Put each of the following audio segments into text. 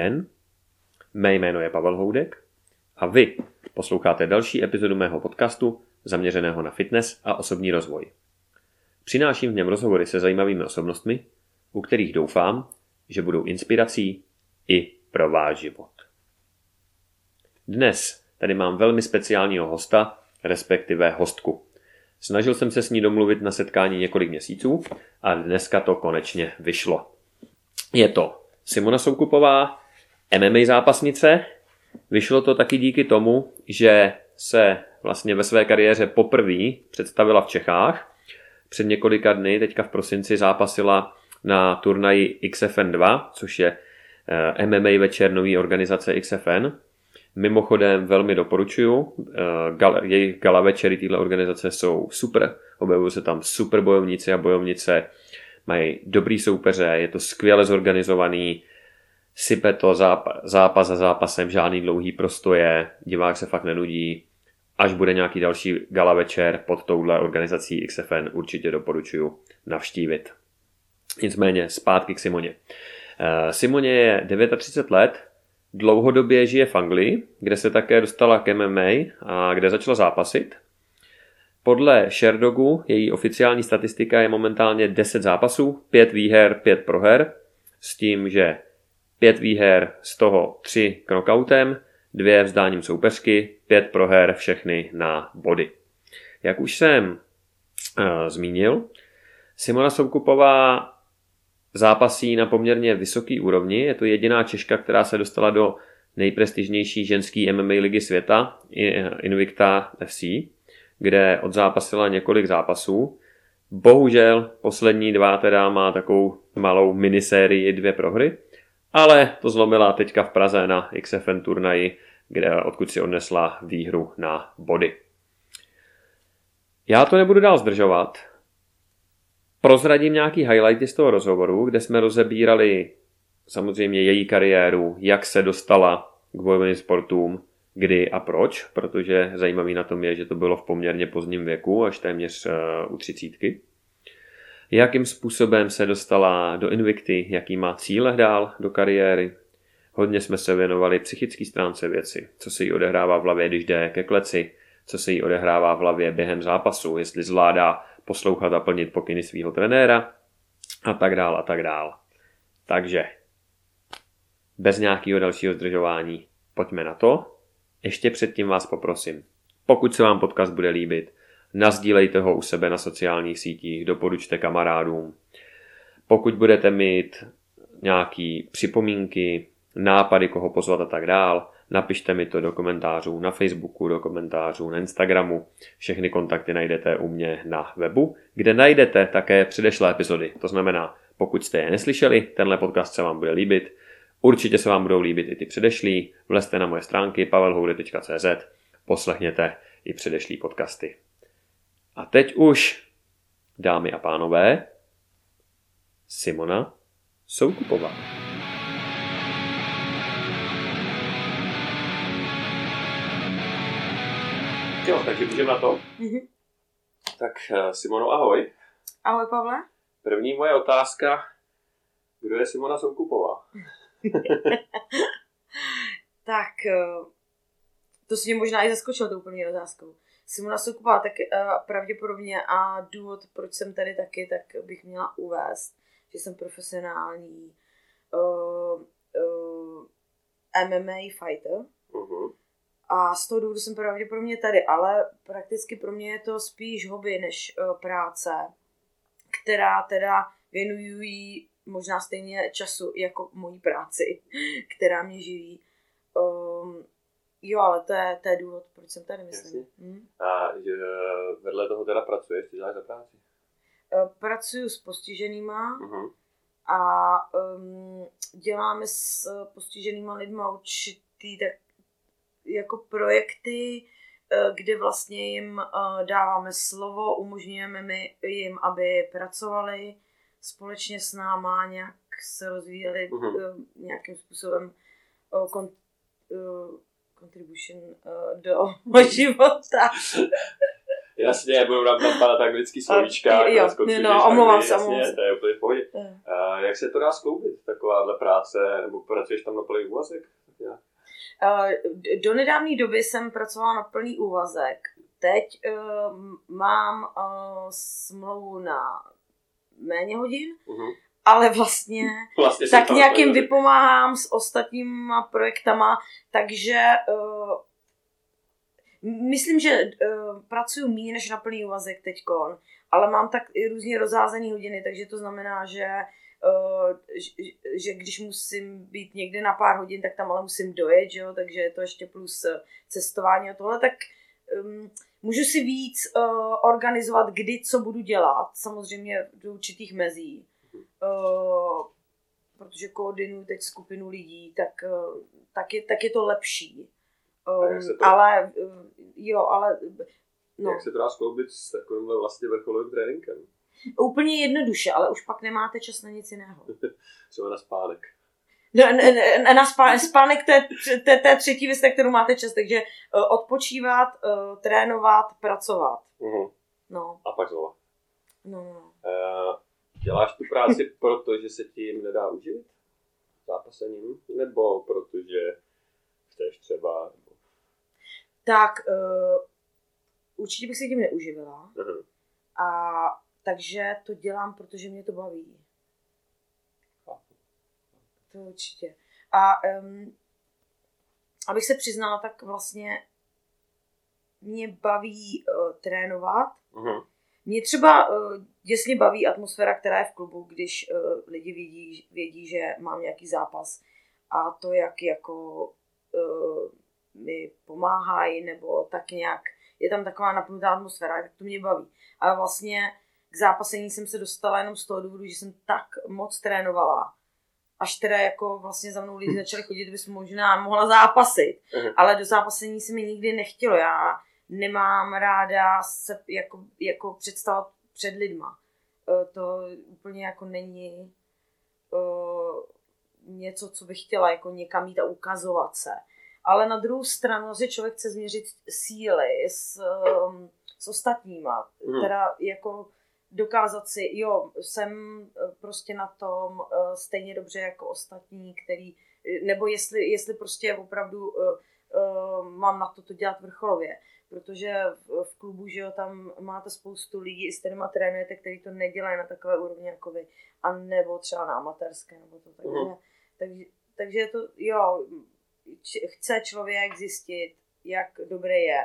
den. Mé jméno je Pavel Houdek a vy posloucháte další epizodu mého podcastu zaměřeného na fitness a osobní rozvoj. Přináším v něm rozhovory se zajímavými osobnostmi, u kterých doufám, že budou inspirací i pro váš život. Dnes tady mám velmi speciálního hosta, respektive hostku. Snažil jsem se s ní domluvit na setkání několik měsíců a dneska to konečně vyšlo. Je to Simona Soukupová, MMA zápasnice. Vyšlo to taky díky tomu, že se vlastně ve své kariéře poprvé představila v Čechách. Před několika dny, teďka v prosinci, zápasila na turnaji XFN 2, což je MMA večer nový organizace XFN. Mimochodem velmi doporučuju, jejich gala večery téhle organizace jsou super, objevují se tam super bojovníci a bojovnice, mají dobrý soupeře, je to skvěle zorganizovaný, sype to zápas za zápasem, žádný dlouhý prostoje, divák se fakt nenudí. Až bude nějaký další gala večer pod touhle organizací XFN, určitě doporučuju navštívit. Nicméně zpátky k Simoně. Simoně je 39 let, dlouhodobě žije v Anglii, kde se také dostala k MMA a kde začala zápasit. Podle Sharedogu její oficiální statistika je momentálně 10 zápasů, 5 výher, 5 proher, s tím, že 5 výher, z toho 3 knockoutem, 2 vzdáním soupeřky, 5 proher, všechny na body. Jak už jsem zmínil, Simona Soukupová zápasí na poměrně vysoký úrovni. Je to jediná Češka, která se dostala do nejprestižnější ženské MMA ligy světa, Invicta FC, kde odzápasila několik zápasů. Bohužel poslední 2 teda má takovou malou minisérii 2 prohry, ale to zlomila teďka v Praze na XFN turnaji, odkud si odnesla výhru na body. Já to nebudu dál zdržovat. Prozradím nějaký highlighty z toho rozhovoru, kde jsme rozebírali samozřejmě její kariéru, jak se dostala k bojovým sportům, kdy a proč, protože zajímavý na tom je, že to bylo v poměrně pozdním věku, až téměř u 30. Jakým způsobem se dostala do Invicty, jaký má cíle dál do kariéry. Hodně jsme se věnovali psychické stránce věci, co se jí odehrává v hlavě, když jde ke kleci, co se jí odehrává v hlavě během zápasu, jestli zvládá poslouchat a plnit pokyny svého trenéra a tak dál a tak dál. Takže bez nějakého dalšího zdržování pojďme na to. Ještě předtím vás poprosím, pokud se vám podcast bude líbit, nasdílejte ho u sebe na sociálních sítích, doporučte kamarádům. Pokud budete mít nějaké připomínky, nápady, koho pozvat a tak dál, napište mi to do komentářů na Facebooku, do komentářů na Instagramu. Všechny kontakty najdete u mě na webu, kde najdete také předešlé epizody. To znamená, pokud jste je neslyšeli, tenhle podcast se vám bude líbit. Určitě se vám budou líbit i ty předešlý. Vlezte na moje stránky pavelhoude.cz, poslechněte i předešlý podcasty. A teď už, dámy a pánové, Simona Soukupová. Jo, takže můžeme na to. Mm-hmm. Tak Simono, ahoj. Ahoj, Pavle. První moje otázka, kdo je Simona Soukupová? Tak, to si mě možná i zaskočilo tou první otázkou. Simona Soukupová, tak pravděpodobně a důvod, proč jsem tady taky, tak bych měla uvést, že jsem profesionální MMA fighter. Uh-huh. A z toho důvodu jsem pravděpodobně tady, ale prakticky pro mě je to spíš hobby než práce, která teda věnují možná stejně času jako mojí práci, která mě živí. Jo, ale to je důvod, proč jsem tady, myslím. A že vedle toho teda pracuješ, ty děláš za práci? Pracuji s postiženýma a děláme s postiženýma lidma určitý tak jako projekty, kde vlastně jim dáváme slovo, umožňujeme jim, aby pracovali společně s náma, nějak se rozvíjeli nějakým způsobem contribution do života. Jasně, budou nám tam padat anglický slovíčka. Jo, omlouvám se. Jasně, to je úplně v pohodě. Jak se to dá skloubit, takováhle práce, nebo pracuješ tam na plný úvazek? Do nedávné doby jsem pracovala na plný úvazek. Teď mám smlouvu na méně hodin, ale vlastně tak nějakým vypomáhám s ostatníma projektama, takže myslím, že pracuji méně než na plný úvazek teďkon, ale mám tak i různě rozházený hodiny, takže to znamená, že když musím být někde na pár hodin, tak tam ale musím dojet, že jo? Takže je to ještě plus cestování a tohle, tak můžu si víc organizovat, kdy co budu dělat, samozřejmě do určitých mezí, protože koordinuju teď skupinu lidí, tak je to lepší. Ale jak se to dá skloubit s takovýmhle vlastně vrcholovým tréninkem? Úplně jednoduše, ale už pak nemáte čas na nic jiného. Třeba na spánek. Na spánek to je třetí věc, na kterou máte čas, takže odpočívat, trénovat, pracovat. No. A pak znova. No. Děláš tu práci proto, že se ti jim nedá uživit? Zápasením? Nebo protože chceš třeba? Tak, určitě bych se tím neuživila. Takže to dělám, protože mě to baví. To určitě. A abych se přiznala, tak vlastně mě baví trénovat. Mě třeba děsně baví atmosféra, která je v klubu, když lidi vědí, že mám nějaký zápas. A to, jak jako mi pomáhají, nebo tak nějak. Je tam taková napnutá atmosféra, tak to mě baví. Ale vlastně k zápasení jsem se dostala jenom z toho důvodu, že jsem tak moc trénovala. Až teda jako vlastně za mnou lidi začali chodit, bys možná mohla zápasit. Ale do zápasení se mi nikdy nechtělo. Já nemám ráda se jako představovat před lidma. To úplně jako není něco, co bych chtěla jako někam jít a ukazovat se. Ale na druhou stranu, že člověk chce změřit síly s ostatníma. Teda jako dokázat si, jo, jsem prostě na tom stejně dobře jako ostatní, který, nebo jestli prostě opravdu mám na to dělat vrcholově. Protože v klubu, že jo, tam máte spoustu lidí, i s kterýma trénujete, kteří to nedělají na takové úrovni jako vy, a nebo třeba na amatérské, nebo to takže je to, jo, chce člověk zjistit, jak dobrý je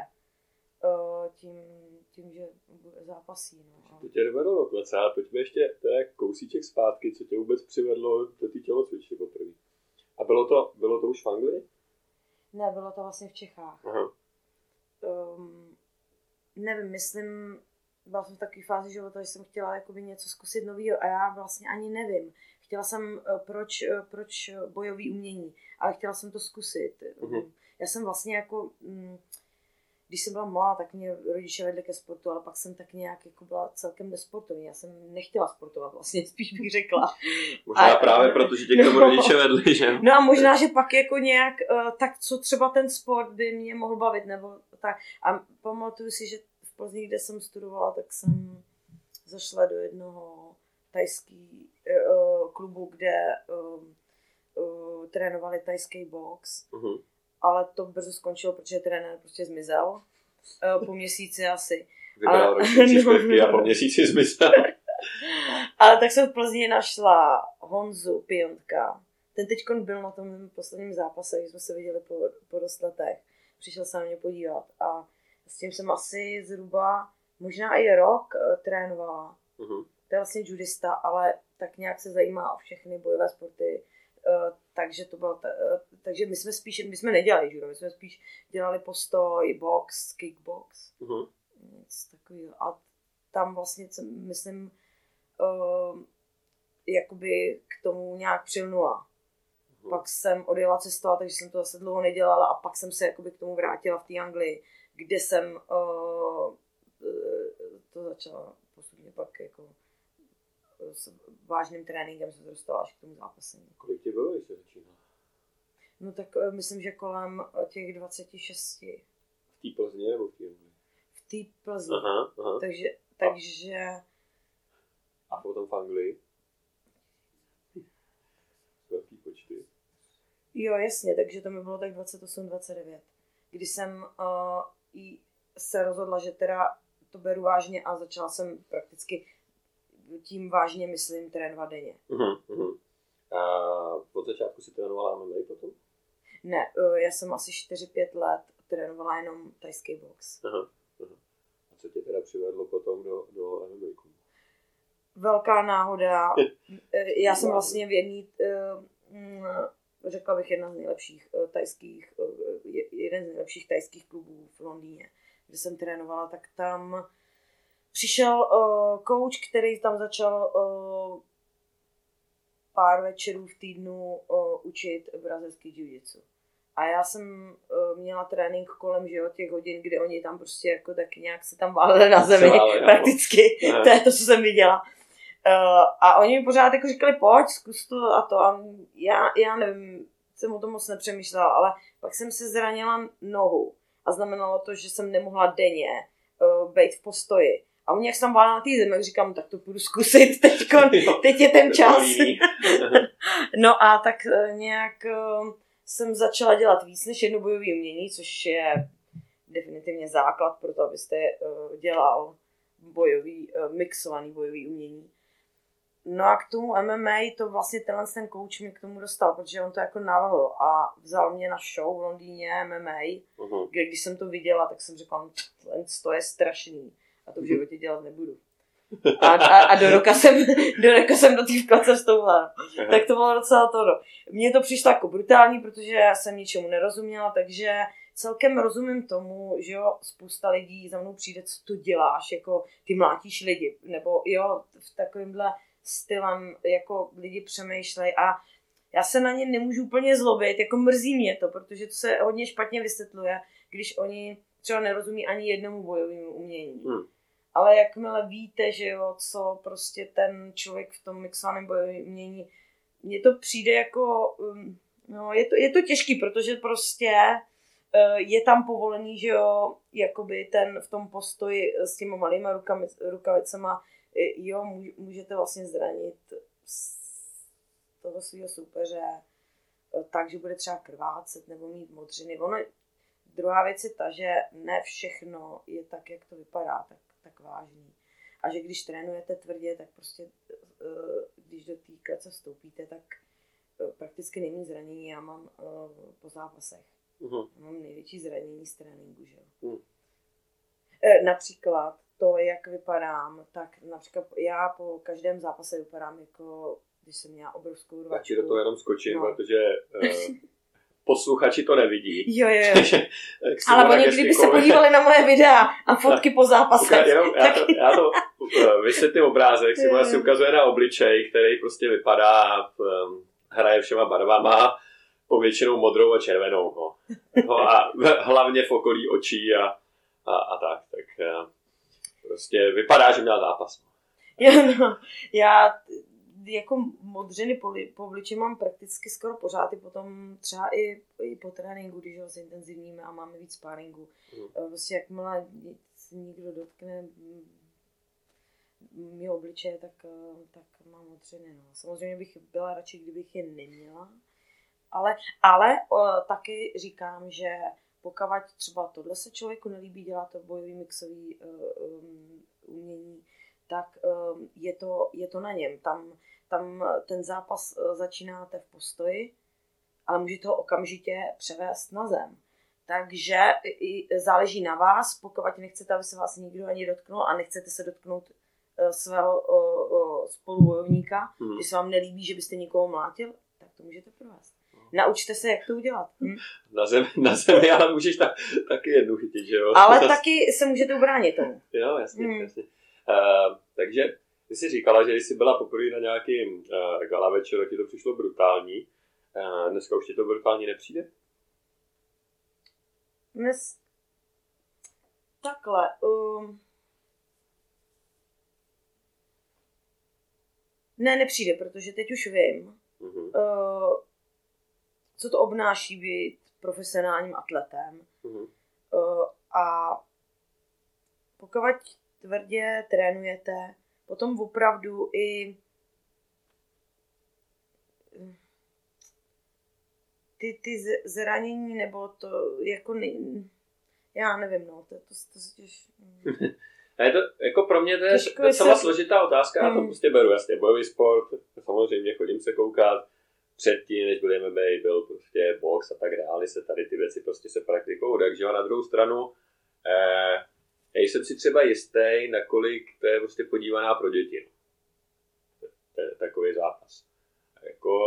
tím, že zápasí. No. To tě dovedlo dokonce, ale pojďme ještě kousíček zpátky, co tě vůbec přivedlo do té tělocvičny poprvé. A bylo to už v Anglii? Ne, bylo to vlastně v Čechách. Nevím, myslím, byla jsem v takové fázi života, že jsem chtěla jakoby něco zkusit nového a já vlastně ani nevím. Chtěla jsem, proč bojové umění, ale chtěla jsem to zkusit. Já jsem vlastně jako, když jsem byla malá, tak mě rodiče vedli ke sportu, ale pak jsem tak nějak jako byla celkem nesportovní. Já jsem nechtěla sportovat vlastně, spíš bych řekla. Možná právě protože tě k tomu rodiče vedli, že? No a možná, že pak jako nějak, tak co třeba ten sport by mě mohl bavit, nebo tak. A pamatuju si, že v Plzni, kde jsem studovala, tak jsem zašla do jednoho tajský klubu, kde trénovali tajský box. Ale to brzo skončilo, protože trenér prostě zmizel. Po měsíci asi. Vybral roční příspěvky a po měsíci zmizel. Ale tak jsem v Plzni našla Honzu Piontka. Ten teďkon byl na tom posledním zápase, když jsme se viděli po dost letech. Přišel se na mě podívat a s tím jsem asi zhruba možná i rok trénovala. To je vlastně judista, ale tak nějak se zajímá o všechny bojové sporty. Takže to bylo takže my jsme nedělali judo, my jsme spíš dělali postoj, box, kickbox. Nic takového. A tam vlastně myslím jakoby k tomu nějak přilnula. Pak jsem odjela cestovat, takže jsem to zase dlouho nedělala a pak jsem se jakoby k tomu vrátila v té Anglii, kde jsem to začala postupně pak jako s vážným tréninkem se dostala až k tomu zápasení. Kolik ti bylo, když jsi začínala? No tak myslím, že kolem těch 26. V té Plzni nebo v té Anglii? V v té Plzni. Aha. Takže... A potom v Anglii? Velký počty. Jo, jasně, takže to mi bylo tak 28-29. Kdy jsem se rozhodla, že teda to beru vážně a začala jsem prakticky tím vážně myslím trénovat denně. A od začátku si trénovala MMA potom? Ne, já jsem asi 4-5 let trénovala jenom thajský box. Aha. A co tě teda přivedlo potom do MMA? Velká náhoda. Já jsem vlastně v jedné, řekla bych, jeden z nejlepších thajských klubů v Londýně, kde jsem trénovala, tak tam přišel coach, který tam začal pár večerů v týdnu učit brazilský jiu-jitsu. A já jsem měla trénink kolem těch hodin, kdy oni tam prostě jako tak nějak se tam váleli na zemi, prakticky. To je to, co jsem viděla. A oni mi pořád jako říkali, pojď, zkus to a to. A já nevím, jsem o tom moc nepřemýšlela, ale pak jsem si zranila nohu. A znamenalo to, že jsem nemohla denně být v postoji. A oni, jak jsem válila na té zemi, říkám, tak to půjdu zkusit teď je ten čas. No a tak nějak jsem začala dělat víc než jedno bojové umění, což je definitivně základ pro to, abyste dělal mixovaný bojový umění. No a k tomu MMA to vlastně ten coach mě k tomu dostal, protože on to jako navrhl a vzal mě na show v Londýně MMA, kde když jsem to viděla, tak jsem řekla, to je strašný a to v životě dělat nebudu. A do roka jsem do té vkladce vstoupila. Tak to bylo docela to. Mně to přišlo jako brutální, protože já jsem ničemu nerozuměla, takže celkem rozumím tomu, že jo, spousta lidí za mnou přijde, co tu děláš, jako ty mlátíš lidi, nebo jo, v takovýmhle stylem jako lidi přemýšlej a já se na ně nemůžu úplně zlobit, jako mrzí mě to, protože to se hodně špatně vysvětluje, když oni třeba nerozumí ani jednomu bojovému umění. Ale jakmile víte, že jo, co prostě ten člověk v tom mixovaném bojovém umění, mně to přijde jako, no je to těžký, protože prostě je tam povolený, že jo, jakoby ten v tom postoji s těma malýma rukavicema, jo, můžete vlastně zranit toho svého soupeře tak, že bude třeba krvácet nebo mít modřiny. Druhá věc je ta, že ne všechno je tak, jak to vypadá, tak vážný. A že když trénujete tvrdě, tak prostě, když do té klece vstoupíte, tak prakticky není zranění. Já mám po zápasech. Mám největší zranění z tréninku, že jo. Například to, jak vypadám, tak například já po každém zápase vypadám jako, když jsem měla obrovskou rvačku. Já ti do toho jenom skočím, protože posluchači to nevidí. Jo. Ale oni, kdyby se podívali na moje videa a fotky po zápasech. Já to vysvětlím obrázek, Simona si ukazuje na obličej, který prostě vypadá, hraje všema barvama, povětšinou modrou a červenou. A hlavně v okolí očí a tak. Prostě vypadá, že měla zápas. Já jako modřiny po obličeji mám prakticky skoro pořád, i potom třeba i po tréninku, když ho zintenzivníme a máme víc sparingu. Prostě jakmile někdo dotkne mého obličeje, tak mám modřiny. No. Samozřejmě bych byla radši, kdybych je neměla, ale taky říkám, že pokud třeba tohle se člověku nelíbí, dělá to bojový mixový umění, tak je to na něm. Tam ten zápas začínáte v postoji, ale můžete ho okamžitě převést na zem. Takže záleží na vás, pokud nechcete, aby se vás nikdo ani dotknul a nechcete se dotknout svého spolubojovníka, když se vám nelíbí, že byste někoho mlátil, tak to můžete provést. Naučte se, jak to udělat. Na zemi, ale můžeš taky jednu chytit, že jo? Ale taky se můžete ubránit tomu. Jo, jasně. Takže ty jsi říkala, že jsi byla poprvé na nějakým gala večeru, ti to přišlo brutální. Dneska už ti to brutální nepřijde? Dnes... Takhle. Ne, nepřijde, protože teď už vím, co to obnáší být profesionálním atletem. A pokud tvrdě trénujete, potom opravdu i ty zranění, nebo to jako já nevím, no, to těž... Je to, jako pro mě to je docela složitá otázka, já to prostě beru, jasně, bojový sport, samozřejmě chodím se koukat, předtím, než byl MMA, byl prostě box a tak dále, se tady ty věci prostě se praktikují, takže na druhou stranu, jsem si třeba jistý, nakolik to je prostě podívaná pro děti. To je takový zápas. Jako,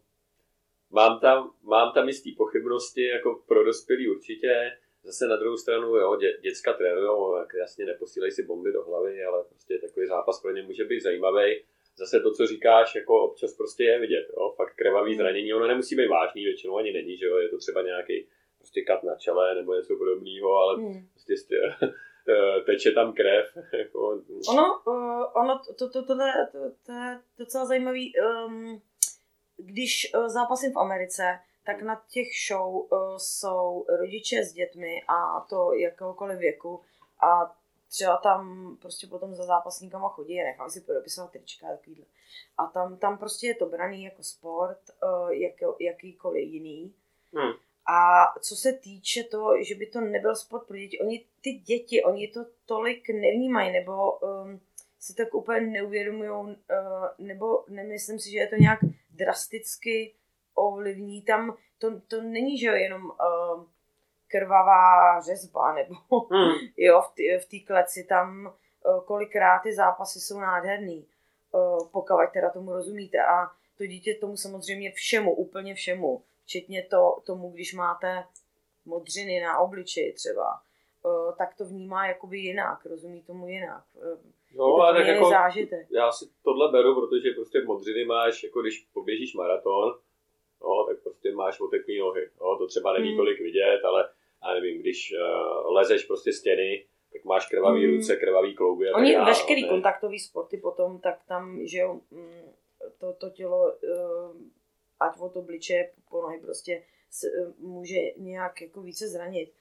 mám tam jistý pochybnosti, jako pro dospělí určitě. Zase na druhou stranu, jo, děcka trénujou, tak jasně neposílej si bomby do hlavy, ale prostě takový zápas pro ně může být zajímavý. Zase to, co říkáš, jako občas prostě je vidět, jo, fakt krvavý zranění, ono nemusí být vážný, většinou ani není, že jo, je to třeba nějaký prostě kat na čele nebo něco podobného, ale prostě teče tam krev. Jako... Ono, to je docela zajímavý, když zápasím v Americe, tak na těch show jsou rodiče s dětmi a to jakéhokoliv věku a třeba tam prostě potom za zápasníkama chodí a nechávají si podepisovat trička a takovýhle. A tam prostě je to braný jako sport, jakýkoliv jiný. A co se týče toho, že by to nebyl sport pro děti, oni to tolik nevnímají, nebo si tak úplně neuvědomujou, nebo nemyslím si, že je to nějak drasticky ovlivní. Tam to není, že jenom krvavá řezba, nebo jo, v té kleci tam kolikrát ty zápasy jsou nádherný, pokud teda tomu rozumíte. A to dítě tomu samozřejmě všemu, úplně všemu, včetně tomu, když máte modřiny na obličeji třeba, tak to vnímá jakoby jinak, rozumí tomu jinak. No, ale tak jako, já si tohle beru, protože prostě modřiny máš, jako když poběžíš maraton, no, tak prostě máš oteklý nohy. No, to třeba není tolik vidět, ale já nevím, když lezeš prostě stěny, tak máš krvavý ruce, krvavý klouby. Oni veškerý kontaktový sporty potom, tak tam, že jo, to tělo, ať od obličeje po nohy prostě může nějak jako více zranit.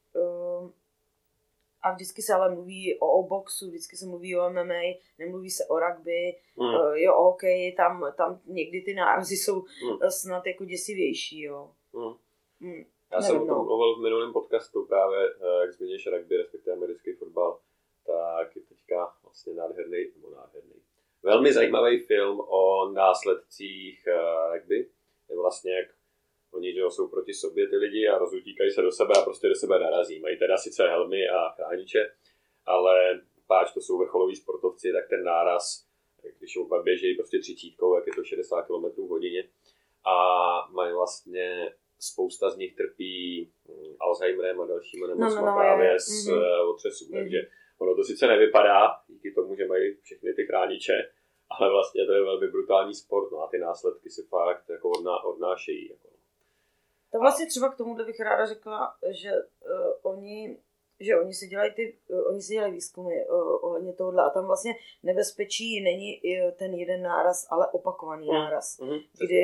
A vždycky se ale mluví o boxu, vždycky se mluví o MMA, nemluví se o rugby, jo, o hokeji, tam někdy ty nárazy jsou snad jako děsivější, jo. Já jsem o tom mluvil v minulém podcastu právě, jak zmíníš rugby, respektive americký fotbal, tak je teďka vlastně nádherný. Velmi zajímavý film o následcích rugby, je vlastně jak oni, že jsou proti sobě ty lidi a rozutíkají se do sebe a prostě do sebe narazí. Mají teda sice helmy a chrániče, ale páč to jsou vrcholoví sportovci, tak ten náraz, když oba běžejí prostě 30, jak je to 60 km/h a mají vlastně, spousta z nich trpí Alzheimerem a dalšíma nemocma právě z otřesů. Takže ono to sice nevypadá, díky tomu, že mají všechny ty chrániče, ale vlastně to je velmi brutální sport, no a ty následky si fakt jako odnášejí. Jako. To vlastně třeba k tomu, bych ráda řekla, že oni si dělají výzkumy ohledně tohohle a tam vlastně nebezpečí není ten jeden náraz, ale opakovaný náraz. Kdy,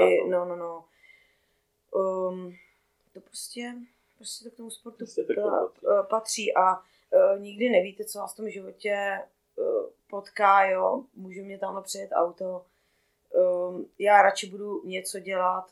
to prostě to k tomu sportu patří a nikdy nevíte, co vás v tom životě potká, jo, může mě tamhle přijet auto, já radši budu něco dělat,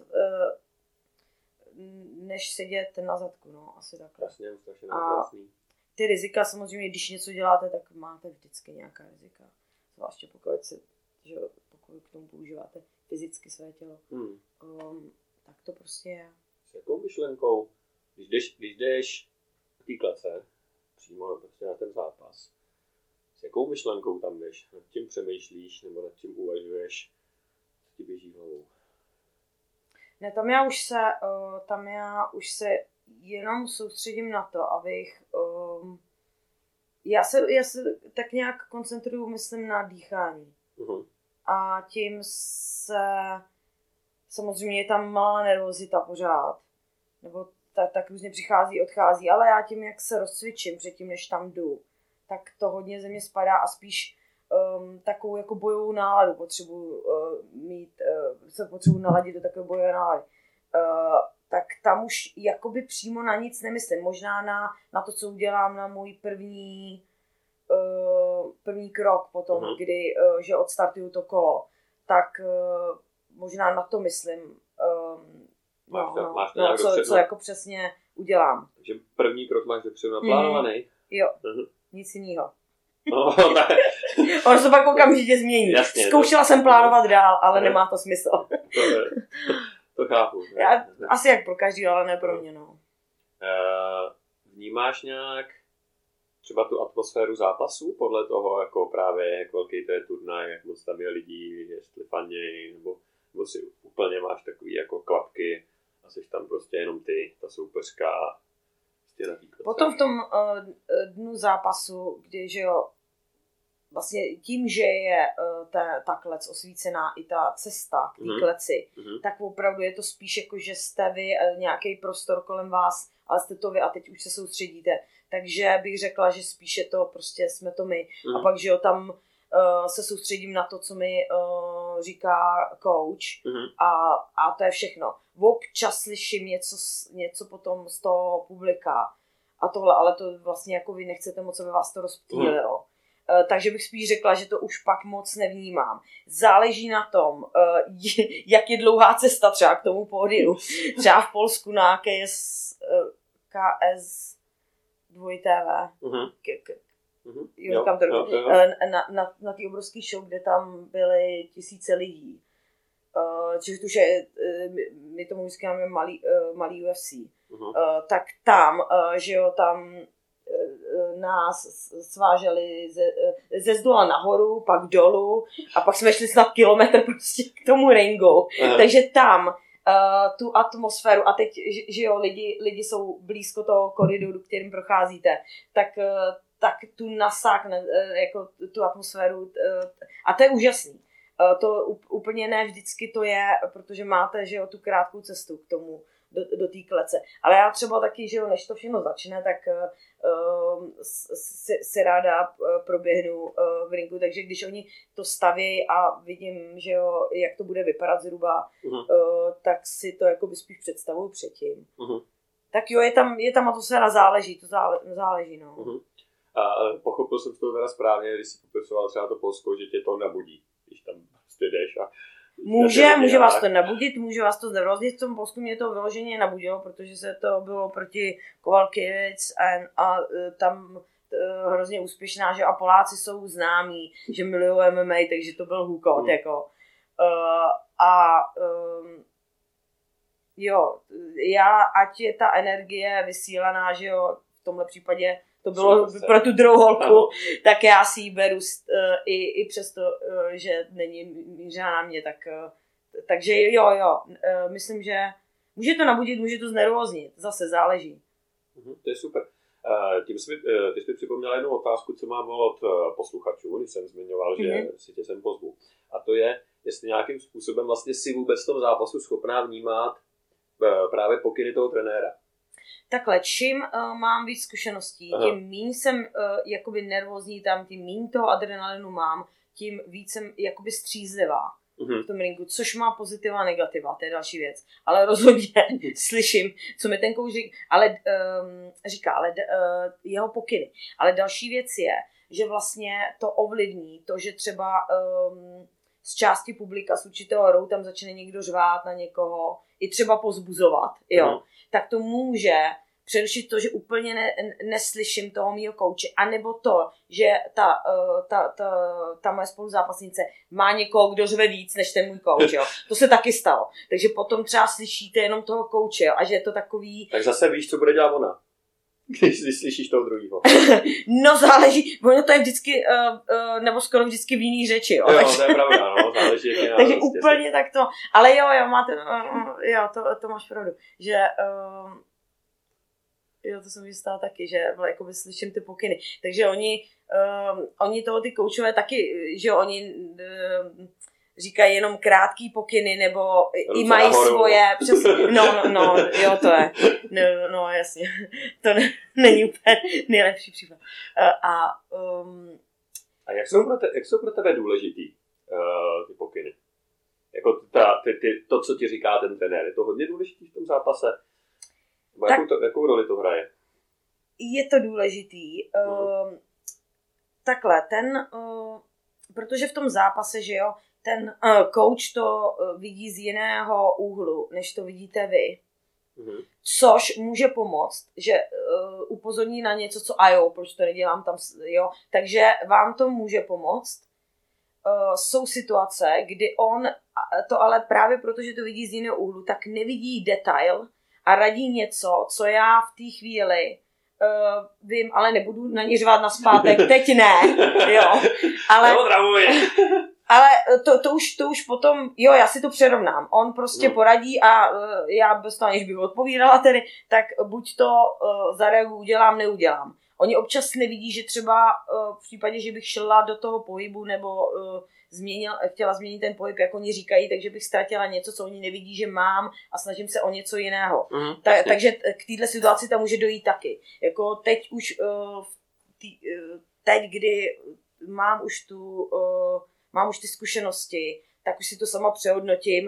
než sedět na zadku, no, asi takhle. Jasně, a ty rizika samozřejmě, když něco děláte, tak máte vždycky nějaká rizika, zvláště pokud k tomu používáte fyzicky své tělo, tak to prostě je. S jakou myšlenkou, když jdeš v té klece, přímo prostě na ten zápas, s jakou myšlenkou tam jdeš? Nad čím přemýšlíš nebo nad čím uvažuješ? Co ti běží hlavou? Ne, tam já už se jenom soustředím na to, abych... Já se tak nějak koncentruju, myslím, na dýchání. A tím se... Samozřejmě je tam malá nervozita pořád. Nebo tak různě přichází, odchází. Ale já tím, jak se rozcvičím předtím, než tam jdu, tak to hodně ze mě spadá a spíš takovou jako bojovou náladu potřebuji naladit do takové bojové nálady. Tak tam už jakoby přímo na nic nemyslím. Možná na to, co udělám na můj první první krok potom, kdy že odstartuju to kolo, tak možná na to myslím, co jako přesně udělám. Takže první krok máš dopředu naplánovaný? Jo, nic jiného. On se pak okamžitě změní. Jasně, zkoušela jsem plánovat dál, ale nemá to smysl. To chápu. Asi jak pro každý, ale ne pro mě. No. Vnímáš nějak třeba tu atmosféru zápasu podle toho, jako právě jak velký to je turnaj, jak moc tam je lidí, jestli faněj, nebo si úplně máš takový jako klapky a jsi tam prostě jenom ty, ta soupeřka. Potom v tom dnu zápasu, kdy, že jo, vlastně tím, že je ta klec osvícená i ta cesta k té kleci, tak opravdu je to spíš jako, že jste vy nějaký prostor kolem vás, ale jste to vy a teď už se soustředíte. Takže bych řekla, že spíš je to prostě jsme to my. A pak, že jo, tam se soustředím na to, co mi říká coach a to je všechno. Občas slyším něco potom z toho publika a tohle, ale to vlastně jako vy nechcete moc, aby vás to rozptýlilo. Takže bych spíš řekla, že to už pak moc nevnímám. Záleží na tom, jak je dlouhá cesta třeba k tomu pódiu. Třeba v Polsku na KS 2TV. Na té obrovské show, kde tam byly tisíce lidí. Čiže už je, my tomu říkáme malý UFC. Tak tam, že jo, tam nás sváželi ze zdola nahoru, pak dolů a pak jsme šli snad kilometr prostě k tomu ringu. Takže tam tu atmosféru a teď, že jo, lidi jsou blízko toho koridoru, kterým procházíte, tak tu nasákne jako tu atmosféru a to je úžasný. To úplně ne vždycky to je, protože máte, že jo, tu krátkou cestu k tomu, do té klece. Ale já třeba taky, že jo, než to všechno začne, tak si ráda proběhnu v ringu, takže když oni to staví a vidím, že jo, jak to bude vypadat zhruba, tak si to jakoby spíš představuju předtím. Tak jo, je tam atmosféra, záleží, no. A pochopil jsem to teda správně, když jsi popisoval třeba to Polsko, že tě to nabudí, když tam prostě jdeš a Může vás to nabudit, může vás to zneroznit. V tom Polsku mě to vyloženě nabudilo, protože se to bylo proti Kowalkiewicz a tam hrozně úspěšná, že a Poláci jsou známí, že milují MMA, takže to byl hukot, jako. Jo, ať je ta energie vysílaná, že jo, v tomhle případě to bylo pro tu druhou holku, tak já si ji beru i přesto, že není mířená na mě, takže jo, myslím, že může to nabudit, může to znervoznit, zase záleží. To je super. Ty jsi mi připomněla jednu otázku, co mám od posluchačů, když jsem zmiňoval, že si tě sem pozvu. A to je, jestli nějakým způsobem vlastně si vůbec v tom zápasu schopná vnímat právě pokyny toho trenéra. Takhle, čím mám víc zkušeností, tím míň jsem jakoby nervózní tam, tím míň toho adrenalinu mám, tím víc jsem jakoby střízlivá v tom ringu, což má pozitiva a negativa, to je další věc. Ale rozhodně slyším, co mi ten kouč říká, jeho pokyny. Ale další věc je, že vlastně to ovlivní to, že třeba z části publika z určitého rohu tam začne někdo řvát na někoho, i třeba pozbuzovat, jo. Tak to může přerušit to, že úplně neslyším toho mýho kouče, anebo to, že ta moje spoluzápasnice má někoho, kdo řve víc než ten můj kouč, jo. To se taky stalo. Takže potom třeba slyšíte jenom toho kouče, jo, a že je to takový... Tak zase víš, co bude dělat ona, když slyšíš toho druhýho. No záleží, ono to je vždycky, nebo skoro vždycky v jiný řeči, jo. Jo, takže... to je pravda, no, záleží, jak je takže úplně tak to, ale jo, máte, jo, to máš pravdu, že... Jo, to jsem jistá taky, že jakoby slyším ty pokyny. Takže oni toho ty koučové taky, že oni říkají jenom krátký pokyny, nebo i mají nahoru. svoje, přesně, no, jo, to je, no jasně, to není úplně nejlepší příklad. A jak jsou pro tebe důležitý ty pokyny? Jako to, co ti říká ten trenér, je to hodně důležitý v tom zápase? Jakou roli to hraje? Je to důležitý. takhle, protože v tom zápase, že jo, ten coach to vidí z jiného úhlu, než to vidíte vy. Mm-hmm. Což může pomoct, že upozorní na něco, co a jo, proč to nedělám tam, jo. Takže vám to může pomoct. Jsou situace, kdy on, to ale právě protože to vidí z jiného úhlu, tak nevidí detail a radí něco, co já v té chvíli vím, ale nebudu na ní řvát nazpátek, teď ne, jo. Ale to už potom, jo, já si to přerovnám. On prostě poradí a já bez toho, než bych odpovídala tedy, tak buď to zareaguju, udělám, neudělám. Oni občas nevidí, že třeba v případě, že bych šla do toho pohybu nebo chtěla změnit ten pohyb, jak oni říkají, takže bych ztratila něco, co oni nevidí, že mám a snažím se o něco jiného. Takže k této situaci tam může dojít taky. Jako teď už, teď, kdy mám už ty zkušenosti, tak už si to sama přehodnotím,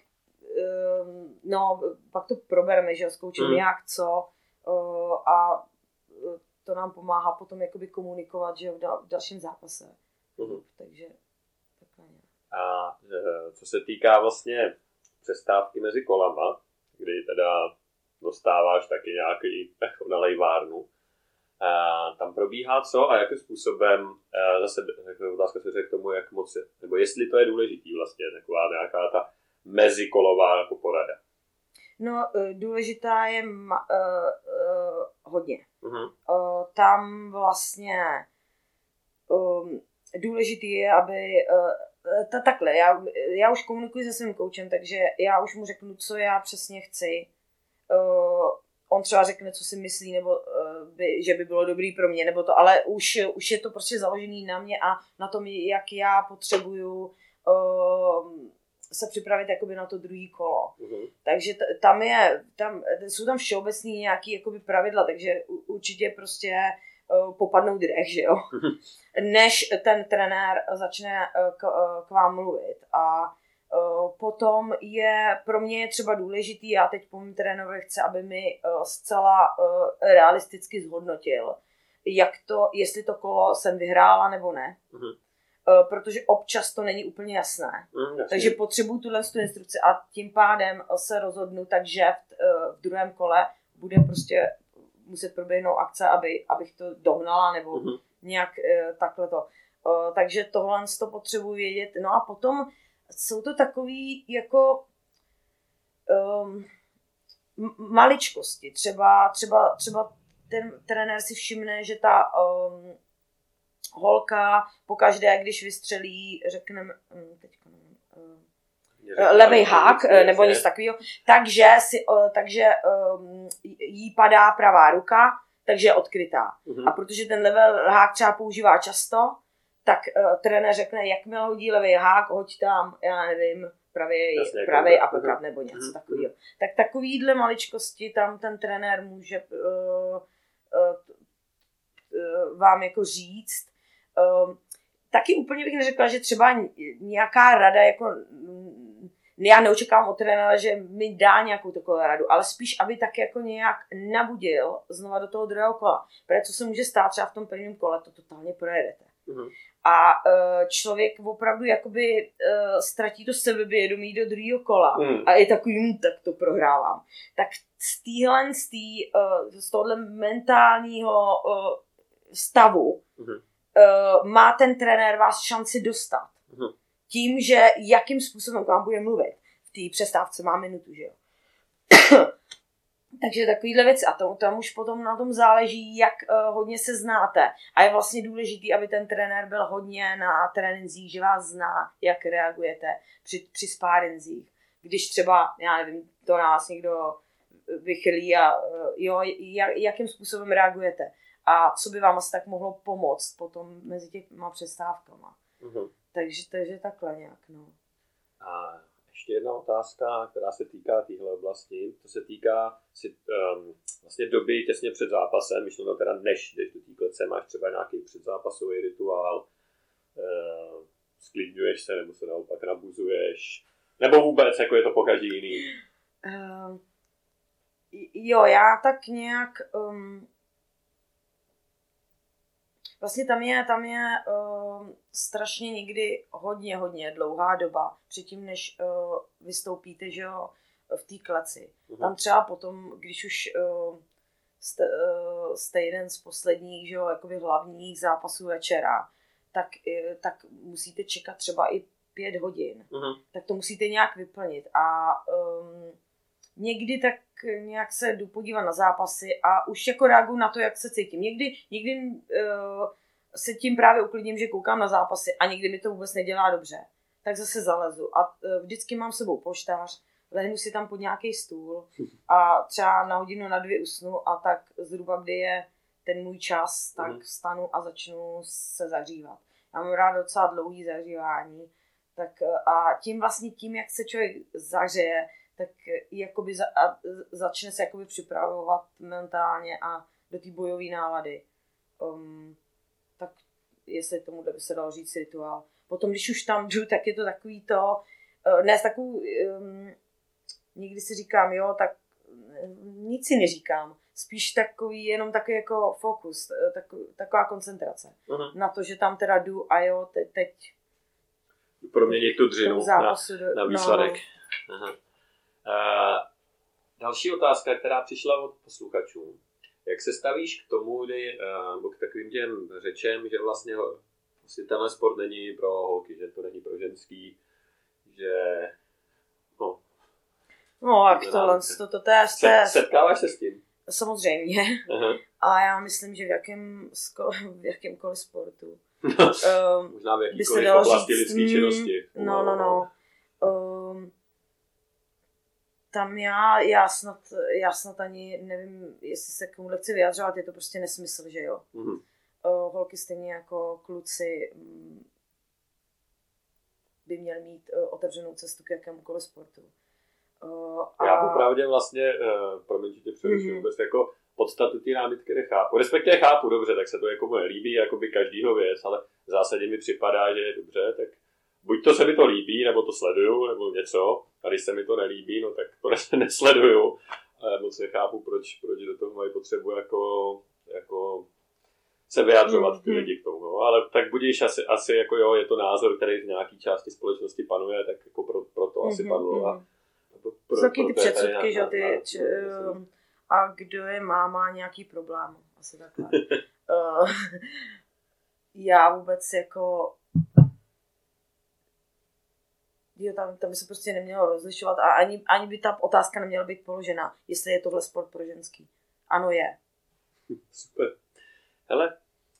pak to probereme, že s koučem jak co a to nám pomáhá potom jakoby komunikovat, že v dalším zápase. Takže takhle. A co se týká vlastně přestávky mezi kolama, kdy teda dostáváš taky nějaký nalejvárnu, tam probíhá co a jakým způsobem, zase otázka se řekl k tomu, jak moc, nebo jestli to je důležitý vlastně, taková nějaká ta mezikolová jako porada. No, důležitá je hodně. Tam vlastně důležitý je, aby takhle, já už komunikuji se svým koučem, takže já už mu řeknu, co já přesně chci. On třeba řekne, co si myslí, nebo že by bylo dobrý pro mě, nebo to, ale už je to prostě založený na mě a na tom, jak já potřebuju se připravit jakoby na to druhý kolo. Takže jsou tam všeobecný nějaký jakoby pravidla, takže určitě prostě popadnou dech, že jo? Než ten trenér začne k vám mluvit. A potom pro mě je třeba důležitý, já teď po mým trenérovi chci, aby mi zcela realisticky zhodnotil, jestli to kolo jsem vyhrála nebo ne. Protože občas to není úplně jasné. Takže potřebuju tuhle instrukci a tím pádem se rozhodnu, takže v druhém kole bude prostě muset proběhnout akce, abych to dohnala nebo nějak takhle to. Takže tohle to potřebuji vědět. No a potom jsou to takový jako maličkosti. Třeba ten trenér si všimne, že ta holka pokaždé, když vystřelí, řekneme, levej hák nebo něco takového, takže jí padá pravá ruka, takže je odkrytá. A protože ten levý hák třeba používá často, tak trenér řekne, jakmile hodí levý hák, hoď tam, já nevím, pravý uppercut nebo něco takového. Tak takovýhle maličkosti tam ten trenér může vám jako říct. Taky úplně bych neřekla, že třeba nějaká rada, jako já neočekávám od trenéra, že mi dá nějakou takovou radu, ale spíš, aby tak jako nějak nabudil znova do toho druhého kola. Protože co se může stát třeba v tom prvním kole, to totálně projedete. A člověk opravdu jakoby ztratí to sebevědomí do druhého kola a je takový, tak to prohrávám. Tak z tohohle mentálního stavu má ten trenér vás šanci dostat. Tím, že jakým způsobem k vám bude mluvit. V té přestávce má minutu, že jo. Takže takovýhle věci. A tam už potom na tom záleží, jak hodně se znáte. A je vlastně důležitý, aby ten trenér byl hodně na trénincích, že vás zná, jak reagujete při spárinzích. Když třeba, já nevím, to na vás někdo vychylí a jakým způsobem reagujete. A co by vám asi tak mohlo pomoct potom mezi těma přestávkama. Takže takhle nějak, no. A ještě jedna otázka, která se týká téhle oblasti. To se týká vlastně doby těsně před zápasem, myšleno teda než jdeš do té klece, máš třeba nějaký předzápasový rituál, sklidňuješ se, nebo se naopak nabuzuješ, nebo vůbec, jako je to po každý jiný? Jo, já tak nějak... Vlastně tam je strašně někdy hodně dlouhá doba předtím, než vystoupíte, že jo, v té kleci. Tam třeba potom, když už jste jeden z posledních, že jo, jakoby hlavních zápasů večera, tak musíte čekat třeba i 5 hodin. Tak to musíte nějak vyplnit. A někdy tak nějak se jdu podívat na zápasy a už jako reaguju na to, jak se cítím. Někdy se tím právě uklidním, že koukám na zápasy a někdy mi to vůbec nedělá dobře. Tak zase zalezu. A vždycky mám s sebou poštář, lehnu si tam pod nějaký stůl a třeba na hodinu, na 2 usnu a tak zhruba, kdy je ten můj čas, tak vstanu a začnu se zahřívat. Já mám rád docela dlouhý zahřívání. Tak a tím, jak se člověk zahřeje, tak jakoby začne se jakoby připravovat mentálně a do té bojové nálady. Tak jestli tomu by se dalo říct rituál. Potom, když už tam jdu, tak je to takový to, někdy si říkám, jo, tak nic si neříkám. Spíš jenom takový jako fokus, taková koncentrace. Na to, že tam teda jdu a jo, teď proměnit tu dřinu na výsledek. No. Další otázka, která přišla od posluchačů. Jak se stavíš k tomu, nebo k takovým těm řečem, že vlastně tenhle sport není pro holky, že to není pro ženský, že jak to je... Setkáváš se s tím? Samozřejmě. A já myslím, že v jakémkoliv sportu. Možná v jakýkoliv oblasti lidské činnosti. Tam já snad ani nevím, jestli se k tomu chci vyjadřovat, je to prostě nesmysl, že jo. Holky stejně jako kluci by měli mít otevřenou cestu k jakémukoliv sportu. Já popravdě vlastně, promiň, že tě přeruším, vůbec jako podstatu té námitky nechápu. Respektive chápu, dobře, tak se to jako nelíbí, jako by každýho věc, ale v zásadě mi připadá, že je dobře, tak buď to se mi to líbí, nebo to sleduju, nebo něco, a když se mi to nelíbí, no tak to nesleduju. Ale moc nechápu, proč do toho mají potřebu jako se vyjadřovat ty lidi k tomu. No. Ale tak budíš asi jako jo, je to názor, který v nějaké části společnosti panuje, tak jako pro to asi padlo. A jsou taky ty předsudky, že a kdo je má nějaký problém. Asi takhle. Já vůbec jako... Tam by se prostě nemělo rozlišovat a ani by ta otázka neměla být položena, jestli je tohle sport pro ženský. Ano, je. Super. Hele,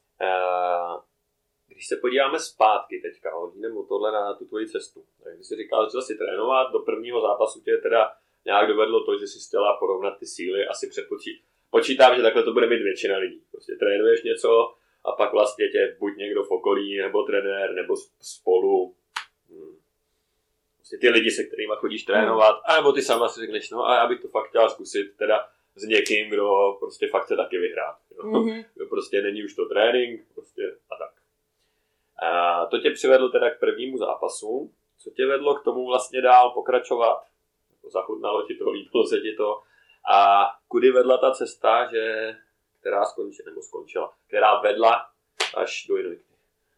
když se podíváme zpátky teďka, hodíme tohle na tu tvoji cestu. Když jsi říkal, že jsi trénovat, do prvního zápasu tě teda nějak dovedlo to, že jsi chtěla porovnat ty síly, asi počítám, že takhle to bude mít většina lidí. Prostě trénuješ něco a pak vlastně tě buď někdo v okolí, nebo trenér, nebo spolu prostě ty lidi, se kterými chodíš trénovat, anebo ty sama si řekneš, no a já bych to fakt chtěla zkusit teda s někým, kdo prostě fakt chce taky vyhrát. Kdo prostě není už to trénink, prostě a tak. A to tě přivedlo teda k prvnímu zápasu. Co tě vedlo k tomu vlastně dál pokračovat? Zachutnalo ti to, líbilo se ti to. A kudy vedla ta cesta, která skončila, která vedla až do Invicty?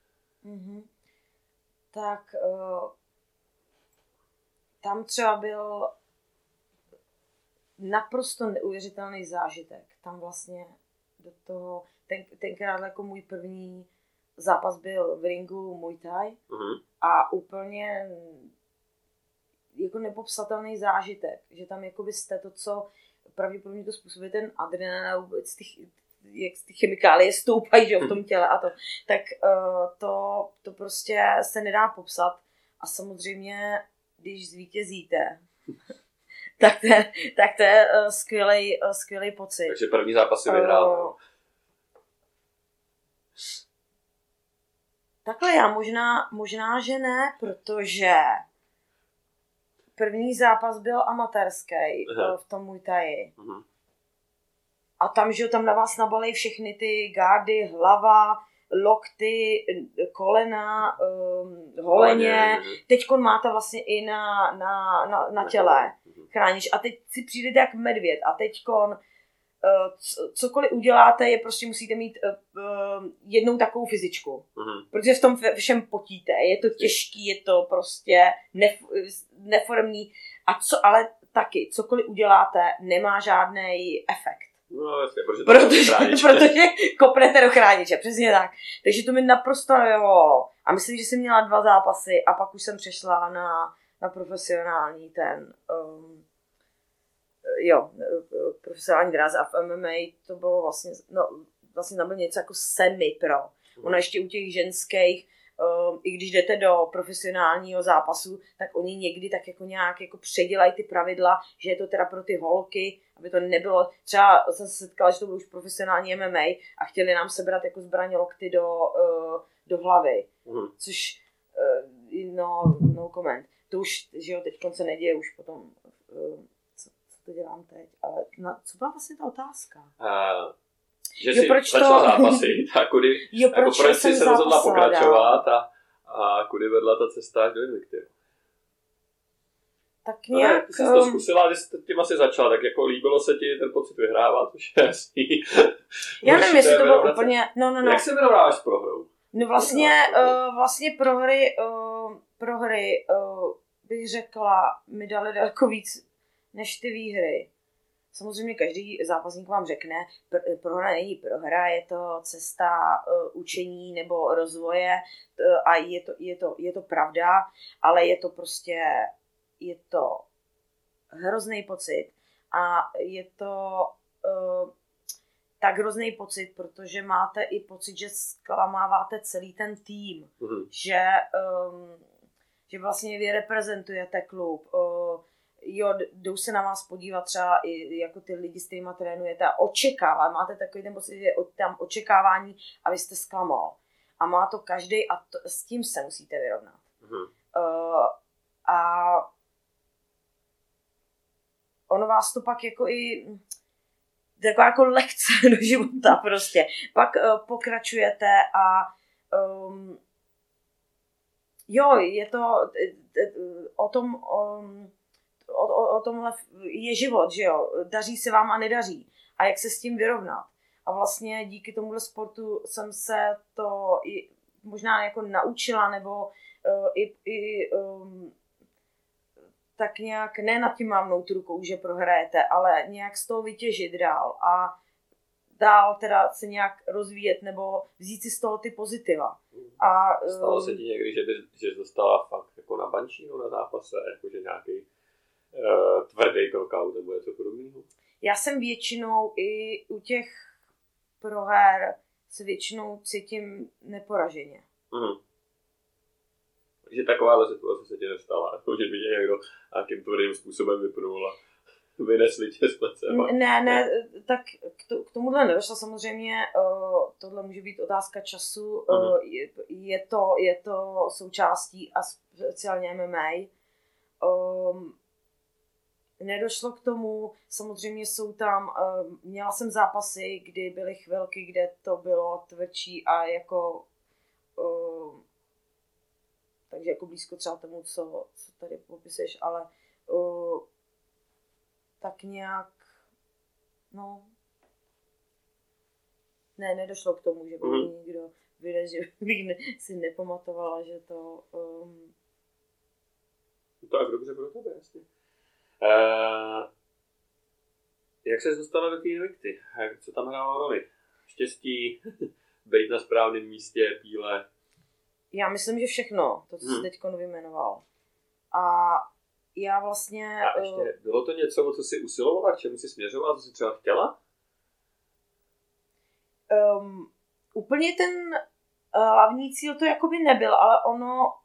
Tak tam třeba byl naprosto neuvěřitelný zážitek. Tam vlastně do toho, tenkrát jako můj první zápas byl v ringu Muay Thai a úplně jako nepopsatelný zážitek, že tam jakoby jste to, co pravděpodobně to způsobuje ten adrenalin a vůbec jak ty chemikálie stoupají, že v tom těle a to, tak to prostě se nedá popsat a samozřejmě, když zvítězíte, tak to je skvělej pocit. Takže první zápas si vyhrál. Takhle já možná, že ne, protože první zápas byl amatérský v tom Muay Thai. A tam na vás nabalej všechny ty gardy, hlava, lokty, kolena, holeně. Teďkon máte vlastně i na těle. Chráníš. A teď si přijdete jak medvěd. A teďkon cokoliv uděláte, je prostě musíte mít jednou takovou fyzičku. Protože v tom všem potíte. Je to těžký, je to prostě neformní. Ale taky, cokoliv uděláte, nemá žádný efekt. No jasně, protože kopnete do chrániče, přesně tak. Takže to mi naprosto jo. A myslím, že jsem měla 2 zápasy a pak už jsem přešla na profesionální profesionální dráze a v MMA to bylo vlastně tam bylo něco jako semi-pro. Ono ještě u těch ženských, i když jdete do profesionálního zápasu, tak oni někdy tak jako nějak jako předělají ty pravidla, že je to teda pro ty holky, aby to nebylo, třeba jsem se setkala, že to bylo už profesionální MMA a chtěli nám sebrat jako zbraně lokty do hlavy, což no comment. To už, že jo, teď se neděje už potom, co to dělám teď, ale co byla vlastně ta otázka? Že jsi začala zápasit a proč jsi se rozhodla pokračovat a kudy vedla ta cesta až do Invicty? Tak nějak... Ty jsi to zkusila, když jsi tím asi začala, tak jako líbilo se ti ten pocit vyhrávat, už je jasný. Já nevím, jestli to bylo úplně... No. Jak se vyrovnáváš s prohrou? No vlastně prohry bych řekla, mi dali daleko víc než ty výhry. Samozřejmě každý zápasník vám řekne, prohra není prohra, je to cesta učení nebo rozvoje a je to pravda, ale je to prostě, je to hrozný pocit a je to tak hrozný pocit, protože máte i pocit, že zklamáváte celý ten tým, že vlastně vy reprezentujete klub, jdou se na vás podívat třeba i jako ty lidi, s kterýma trénujete a máte takový ten pocit, že tam očekávání a vy jste zklamal. A má to každý a s tím se musíte vyrovnat. A ono vás to pak jako i taková jako lekce do života prostě. Pak pokračujete a je to o tomhle je život, že jo, daří se vám a nedaří a jak se s tím vyrovnat. A vlastně díky tomuhle sportu jsem se to i možná jako naučila, nebo tak nějak, ne nad tím mávnout rukou, že prohrajete, ale nějak z toho vytěžit dál a dál teda se nějak rozvíjet nebo vzít si z toho ty pozitiva. A stalo se ti někdy, že jsi dostala fakt jako na bančínu na zápase, jakože nějaký tvrdý knockout nebo něco podobného? Já jsem většinou i u těch proher se většinou cítím neporaženě. Takže takováhle situace se ti nestala, že by tě někdo nějakým tvrdým způsobem vypnul a vynesli tě z plece. Ne, tak k tomuhle nedošlo samozřejmě, tohle může být otázka času, je to součástí a speciálně MMA. Nedošlo k tomu, samozřejmě jsou tam, měla jsem zápasy, kdy byly chvilky, kde to bylo tvrdší a jako takže jako blízko třeba tomu, co tady popisuješ, ale tak nějak, nedošlo k tomu, že by někdo vyjde, že bych si nepamatovala, že to... Tak dobře pro tebe, jasně. Jak se dostala do té Invicty? Co tam hrálo roli? Štěstí, být na správném místě, píle? Já myslím, že všechno, to, co jsi teď vyjmenoval. A já vlastně... A ještě, bylo to něco, o co jsi usilovala, k čemu jsi směřovala, co jsi třeba chtěla? Úplně ten hlavní cíl to jakoby nebyl, ale ono...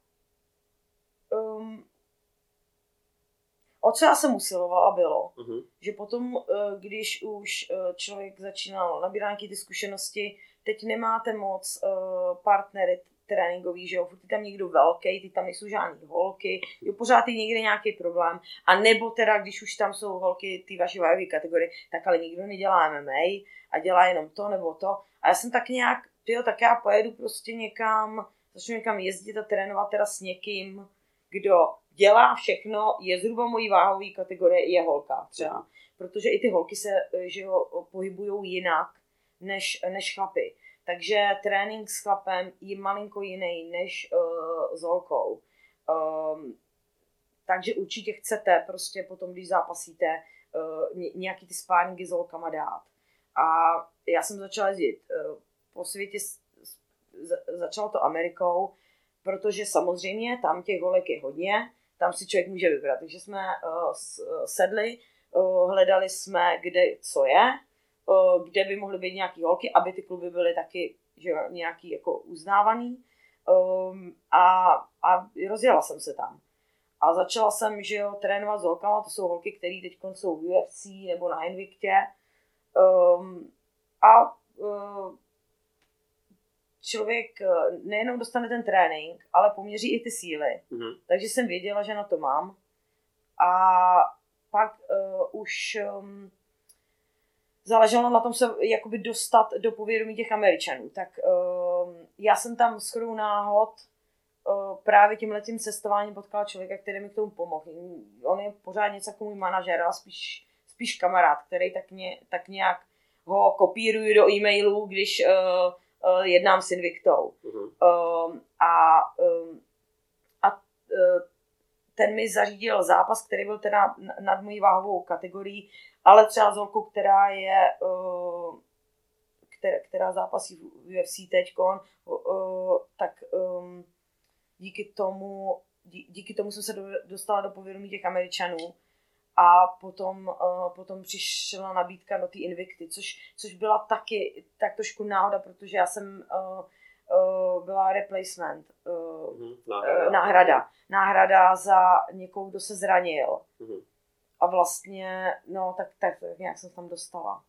O co já jsem usilovala bylo, že potom, když už člověk začínal nabírat nějaké ty zkušenosti, teď nemáte moc partnery tréninkový, že jo, furt je tam někdo velký, ty tam nejsou žádný holky, jo, pořád je někde nějaký problém, a nebo teda, když už tam jsou holky ty vaší váhové kategorie, tak ale nikdo nedělá MMA a dělá jenom to nebo to. A já jsem tak nějak, tak já pojedu prostě někam, začnu někam jezdit a trénovat teda s někým, kdo dělá všechno, je zhruba mojí váhové kategorie, je holka třeba. protože i ty holky se, že jo, pohybujou jinak než chlapy. Takže trénink s chlapem je malinko jiný než s holkou. Takže určitě chcete prostě potom, když zápasíte, nějaký ty spárningy s holkama dát. A já jsem začala jezdit po světě, začalo to Amerikou, protože samozřejmě tam těch holek je hodně, tam si člověk může vybrat. Takže jsme sedli, hledali jsme, kde co je, kde by mohly být nějaký holky, aby ty kluby byly taky, že nějaký jako uznávaný. A rozjela jsem se tam. A začala jsem, že jo, trénovat s holkama, to jsou holky, které teď jsou v UFC nebo na Invictě. Člověk nejenom dostane ten trénink, ale poměří i ty síly. Takže jsem věděla, že na to mám. A pak už záleželo na tom se jakoby dostat do povědomí těch Američanů. Tak já jsem tam shodou náhod právě tímhletím cestováním potkala člověka, který mi k tomu pomohl. On je pořád něco jako můj manažer, ale spíš kamarád, který tak nějak ho kopíruju do e-mailů, když jednám s Invictou. Ten mi zařídil zápas, který byl teda nad mojí váhovou kategorií, ale třeba s holkou, která zápasí v UFC teďkon, tak díky tomu jsem se dostala do povědomí těch Američanů a potom přišla nabídka do té Invicty, což byla taky tak trošku náhoda, protože já jsem byla replacement, náhrada za někoho, kdo se zranil. A vlastně, no tak nějak jsem tam dostala.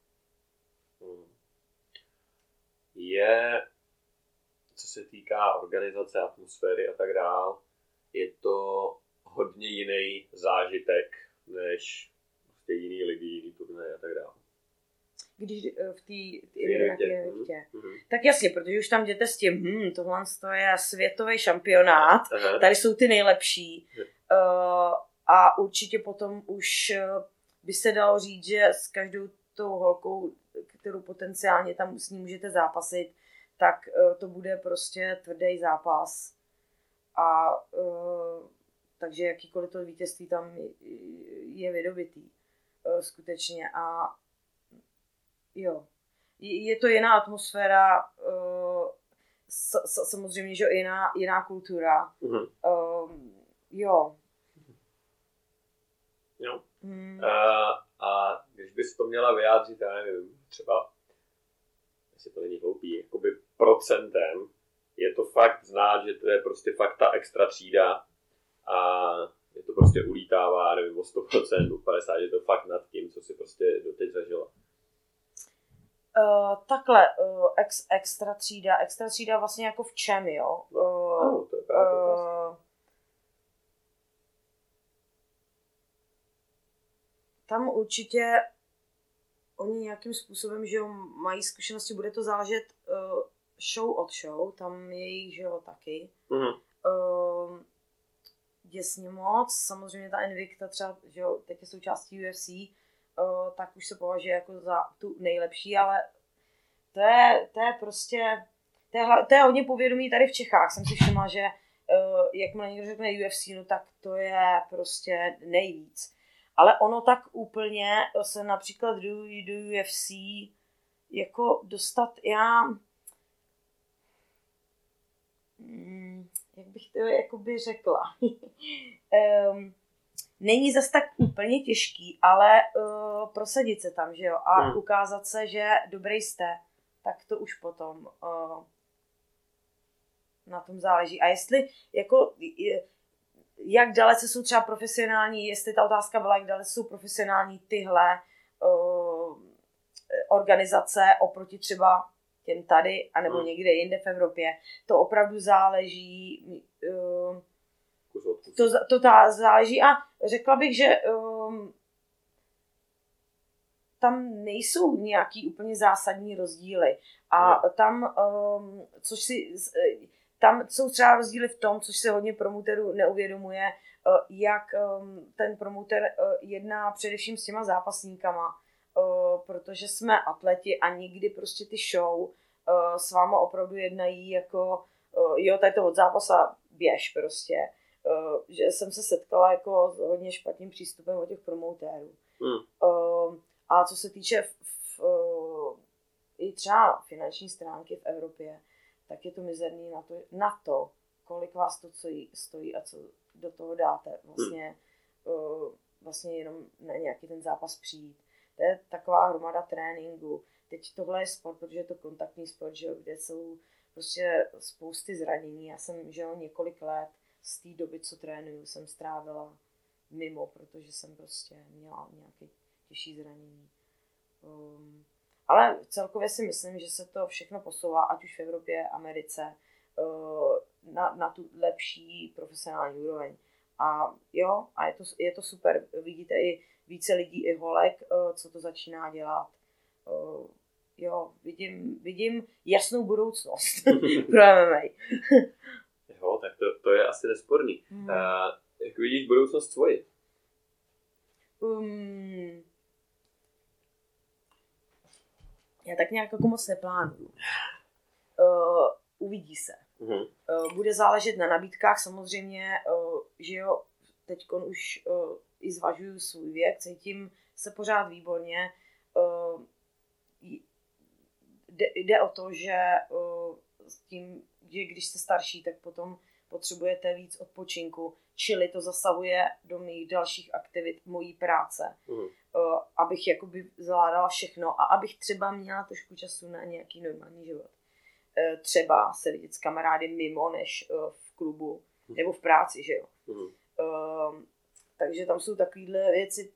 Je, co se týká organizace, atmosféry a tak dál, je to hodně jiný zážitek, než prostě jiný lidi, jiný turné a tak dále. Když v té Invictě. Tak jasně, protože už tam jdete s tím, tohle je světový šampionát, tady jsou ty nejlepší. A určitě potom už by se dalo říct, že s každou tou holkou, kterou potenciálně tam s ní můžete zápasit, tak to bude prostě tvrdý zápas. A takže jakýkoliv to vítězství tam je vydobytý. Skutečně. A jo. Je to jiná atmosféra, samozřejmě, že jiná kultura. Jo. A když bys to měla vyjádřit, já nevím, třeba, jestli to není hloupý, jakoby procentem, je to fakt znát, že to je prostě fakt ta extra třída a je to prostě ulítává, nevím, o 100%, o 50%, že je to fakt nad tím, co si prostě doteď zažila. Takhle, extra třída vlastně jako v čem, jo? To je právě tam určitě oni nějakým způsobem, že jo, mají zkušenosti, bude to záležet show od show, tam je jich, že jo, taky. Děsně moc, samozřejmě ta Invicta třeba, že jo, teď je součástí UFC, tak už se považuje jako za tu nejlepší, ale to je prostě, to je hodně povědomí tady v Čechách. Jsem si všimla, že jakmile někdo řekne UFC, no tak to je prostě nejvíc. Ale ono tak úplně se například do UFC jako dostat, jak bych to jakoby řekla, není zas tak úplně těžký, ale prosadit se tam, že jo, a ukázat se, že dobrý jste, tak to už potom na tom záleží. A jestli jako jak dalece jsou třeba profesionální, jestli ta otázka byla, jak dalece jsou profesionální tyhle organizace oproti třeba těm tady, anebo někde jinde v Evropě, to opravdu záleží, to záleží a řekla bych, že tam nejsou nějaký úplně zásadní rozdíly a tam jsou třeba rozdíly v tom, což se hodně promoterů neuvědomuje, jak ten promoter jedná především s těma zápasníkama, protože jsme atleti a nikdy prostě ty show s váma opravdu jednají jako jo, tady to od zápasa běž prostě. Že jsem se setkala jako s hodně špatným přístupem od těch promotérů. A co se týče i třeba finanční stránky v Evropě, tak je to mizerný na to, kolik vás to stojí a co do toho dáte. Vlastně jenom na nějaký ten zápas přijít. To je taková hromada tréninku. Teď tohle je sport, protože je to kontaktní sport, že, kde jsou prostě spousty zranění. Já jsem několik let z té doby, co trénuju, jsem strávila mimo, protože jsem prostě měla nějaké těžší zranění. Ale celkově si myslím, že se to všechno posouvá, ať už v Evropě, Americe, na tu lepší profesionální úroveň. A jo, a je to super. Vidíte i více lidí, i holek, co to začíná dělat. Jo, vidím jasnou budoucnost pro MMA. Jo, tak to je asi nesporný. Jak vidíš budoucnost svoji? Já tak nějak jako moc neplánuju. Uvidí se. Bude záležet na nabídkách samozřejmě, že jo, teďkon už i zvažuju svůj věk, cítím se pořád výborně. Jde o to, že s tím, že když jste starší, tak potom potřebujete víc odpočinku, čili to zasahuje do mých dalších aktivit, mojí práce, abych jakoby zvládala všechno a abych třeba měla trošku času na nějaký normální život. Třeba se vidět s kamarády mimo než v klubu nebo v práci, že jo. Takže tam jsou takovéhle věci.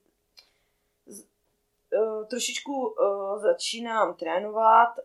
Trošičku začínám trénovat,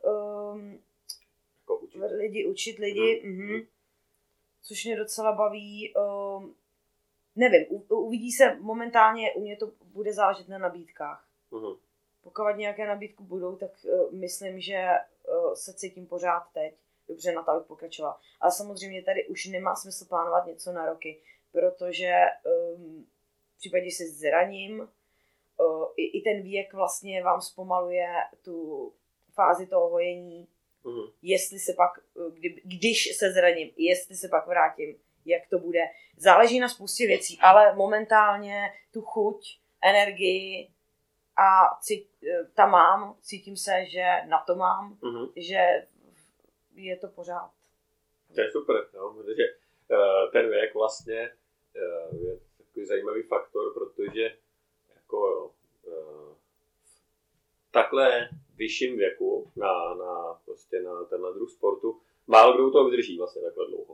učit lidi, což mě docela baví. Nevím, uvidí se momentálně, u mě to bude záležet na nabídkách. Pokud nějaké nabídky budou, tak myslím, že se cítím pořád teď dobře na to, abych pokračovala. Ale samozřejmě tady už nemá smysl plánovat něco na roky, protože v případě, že se zraním, i ten věk vlastně vám zpomaluje tu fázi toho hojení. Jestli se pak, když se zraním, jestli se pak vrátím, jak to bude. Záleží na spoustě věcí, ale momentálně tu chuť, energii a tam mám, cítím se, že na to mám, že je to pořád. To je super, no, protože ten věk vlastně je takový zajímavý faktor, protože jako takhle vyšším věku na tenhle druh sportu málo kdo to vydrží vlastně takhle dlouho.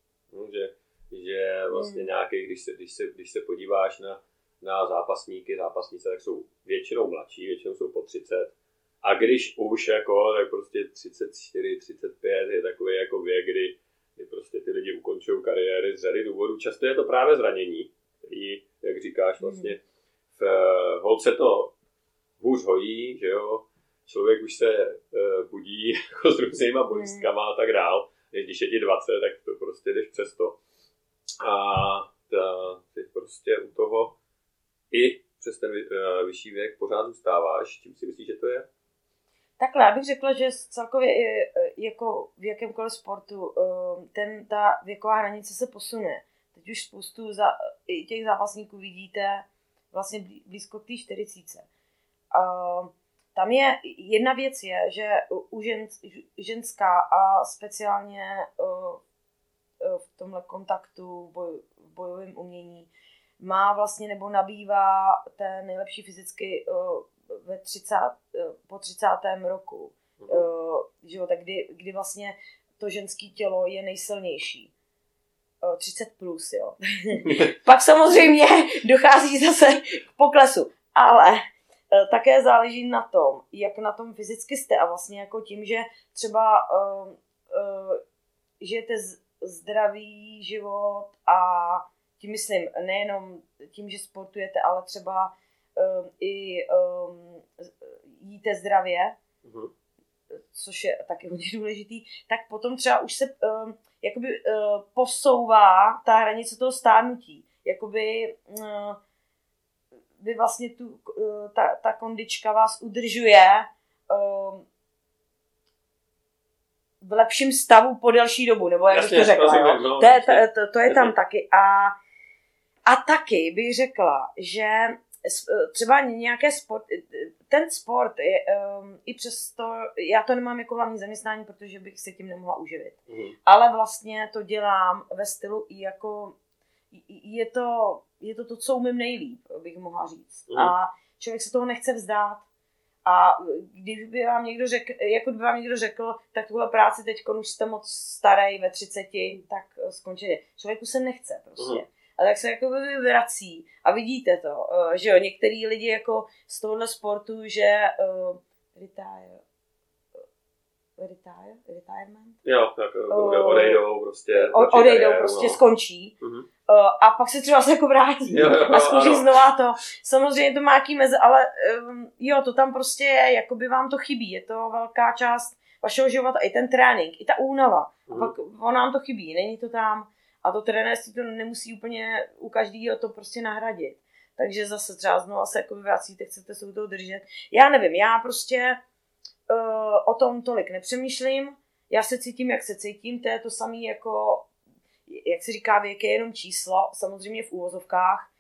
Že vlastně nějaký, když se podíváš na zápasnice, tak jsou většinou mladší, většinou jsou po 30. A když už jako, tak prostě 34, 35 je takový jako věk, kdy prostě ty lidi ukončují kariéry z řady důvodů. Často je to právě zranění, který, jak říkáš, vlastně v holce to hůř hojí, že jo. Člověk už se budí jako s různýma bolístkama a tak dál. Když je ti 20, tak to prostě jdeš přes to. A ty prostě u toho i přes ten vyšší věk pořád zůstáváš. Čím si myslíš, že to je? Takhle, já bych řekla, že celkově jako v jakémkoliv sportu ta věková hranice se posune. Teď už spoustu těch zápasníků vidíte vlastně blízko k té 40. Tam je jedna věc je, že u ženská a speciálně v tomhle kontaktu, v bojovém umění má vlastně nebo nabývá ten nejlepší fyzicky po 30. roku. Že jo, tak kdy vlastně to ženské tělo je nejsilnější. 30 plus, jo. Pak samozřejmě dochází zase k poklesu. Ale také záleží na tom, jak na tom fyzicky jste a vlastně jako tím, že třeba žijete zdravý život a tím myslím nejenom tím, že sportujete, ale třeba i jíte zdravě, což je taky hodně důležitý, tak potom třeba už se jakoby posouvá ta hranice toho stárnutí. jakoby vy vlastně ta kondička vás udržuje v lepším stavu po delší dobu, nebo jak bych to řekla. To je tam taky. A taky bych řekla, že třeba nějaké ten sport je, i přesto, já to nemám jako hlavní zaměstnání, protože bych se tím nemohla uživit. Ale vlastně to dělám ve stylu i jako, je to, co umím nejlíp, bych mohla říct. A člověk se toho nechce vzdát. A kdyby vám někdo řekl, tak tuhle práci teď už jste moc starý ve 30, tak skončíte. Člověku se nechce prostě. A tak se jako vrací a vidíte to, že jo, některý lidi jako z tohohle sportu, že retirement? Jo, tak odejdou prostě, skončí. A pak se třeba se jako vrátí a zkouší znova to. Samozřejmě to má jaký meze, ale jo, to tam prostě je, jako by vám to chybí, je to velká část vašeho života, i ten trénink, i ta únava. A pak nám to chybí, není to tam. A to trenérství to nemusí úplně u každého to prostě nahradit. Takže zase třeba znovu se jako vracíte, chcete se u toho držet. Já nevím, já prostě o tom tolik nepřemýšlím. Já se cítím, jak se cítím. To je to samé jako, jak se říká, věk je jenom číslo, samozřejmě v úvozovkách.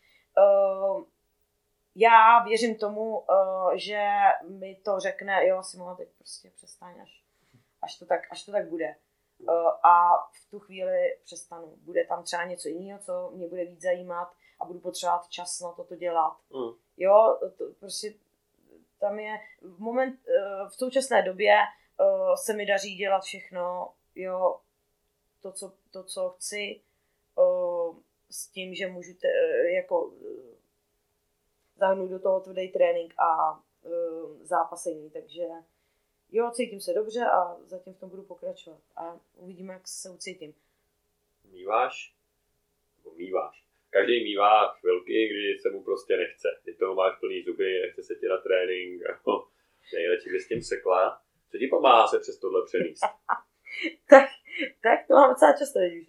Já věřím tomu, že mi to řekne, jo, Simona, teď prostě přestaň, až to tak bude. A v tu chvíli přestanu. Bude tam třeba něco jiného, co mě bude víc zajímat a budu potřebovat čas na to dělat. Jo, to prostě tam je v současné době se mi daří dělat všechno, jo, to, co chci, s tím, že můžu jako zahrnout do toho tvrdý trénink a zápasení, takže jo, cítím se dobře a zatím v tom budu pokračovat a uvidíme, jak se ucítím. Míváš? Každý mívá chvilky, kdy se mu prostě nechce. Ty toho máš plný zuby, nechce se ti na trénink, nejradši bys s tím sekla. Co ti pomáhá se přes tohle přenést? tak to mám docela často, vidíš.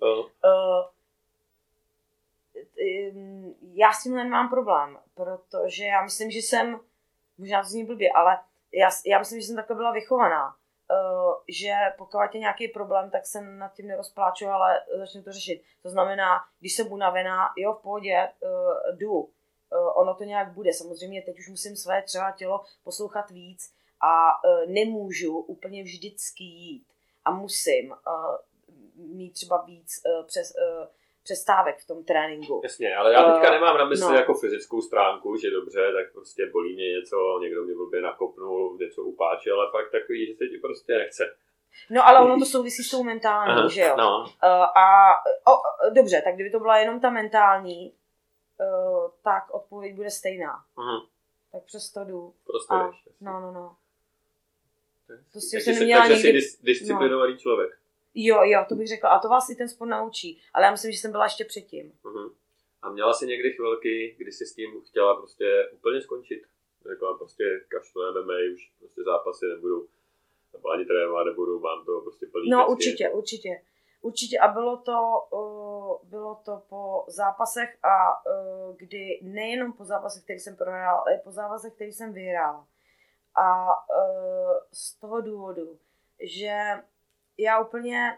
Já s tímhle nemám problém, protože já myslím, že jsem, možná to zní blbě, ale já myslím, že jsem takhle byla vychovaná, že pokud je nějaký problém, tak se nad tím nerozpláču, ale začnu to řešit. To znamená, když jsem unavená, jo, v pohodě, jdu. Ono to nějak bude. Samozřejmě teď už musím své třeba tělo poslouchat víc a nemůžu úplně vždycky jít. A musím mít třeba víc přestávek v tom tréninku. Jasně, ale já teďka nemám na mysli jako fyzickou stránku, že dobře, tak prostě bolí mě něco, někdo mě blbě nakopnul, něco upáčil, ale fakt takový, že se ti prostě nechce. No ale ono to souvisí s tou mentální, že jo? No. Dobře, tak kdyby to byla jenom ta mentální, tak odpověď bude stejná. Tak přesto jdu. Prostě jdeš. No. Takže jsi disciplinovaný člověk. Jo, to bych řekla. A to vás i ten sport naučí. Ale já myslím, že jsem byla ještě předtím. A měla jsi někdy chvilky, kdy jsi s tím chtěla prostě úplně skončit? Řekla prostě kašlu MMA, už prostě zápasy nebudu, nebo ani trénovat nebudu, mám to prostě plný. No určitě. A bylo to po zápasech a kdy nejenom po zápasech, který jsem prohrál, ale i po zápasech, který jsem vyhrál. A z toho důvodu, že já úplně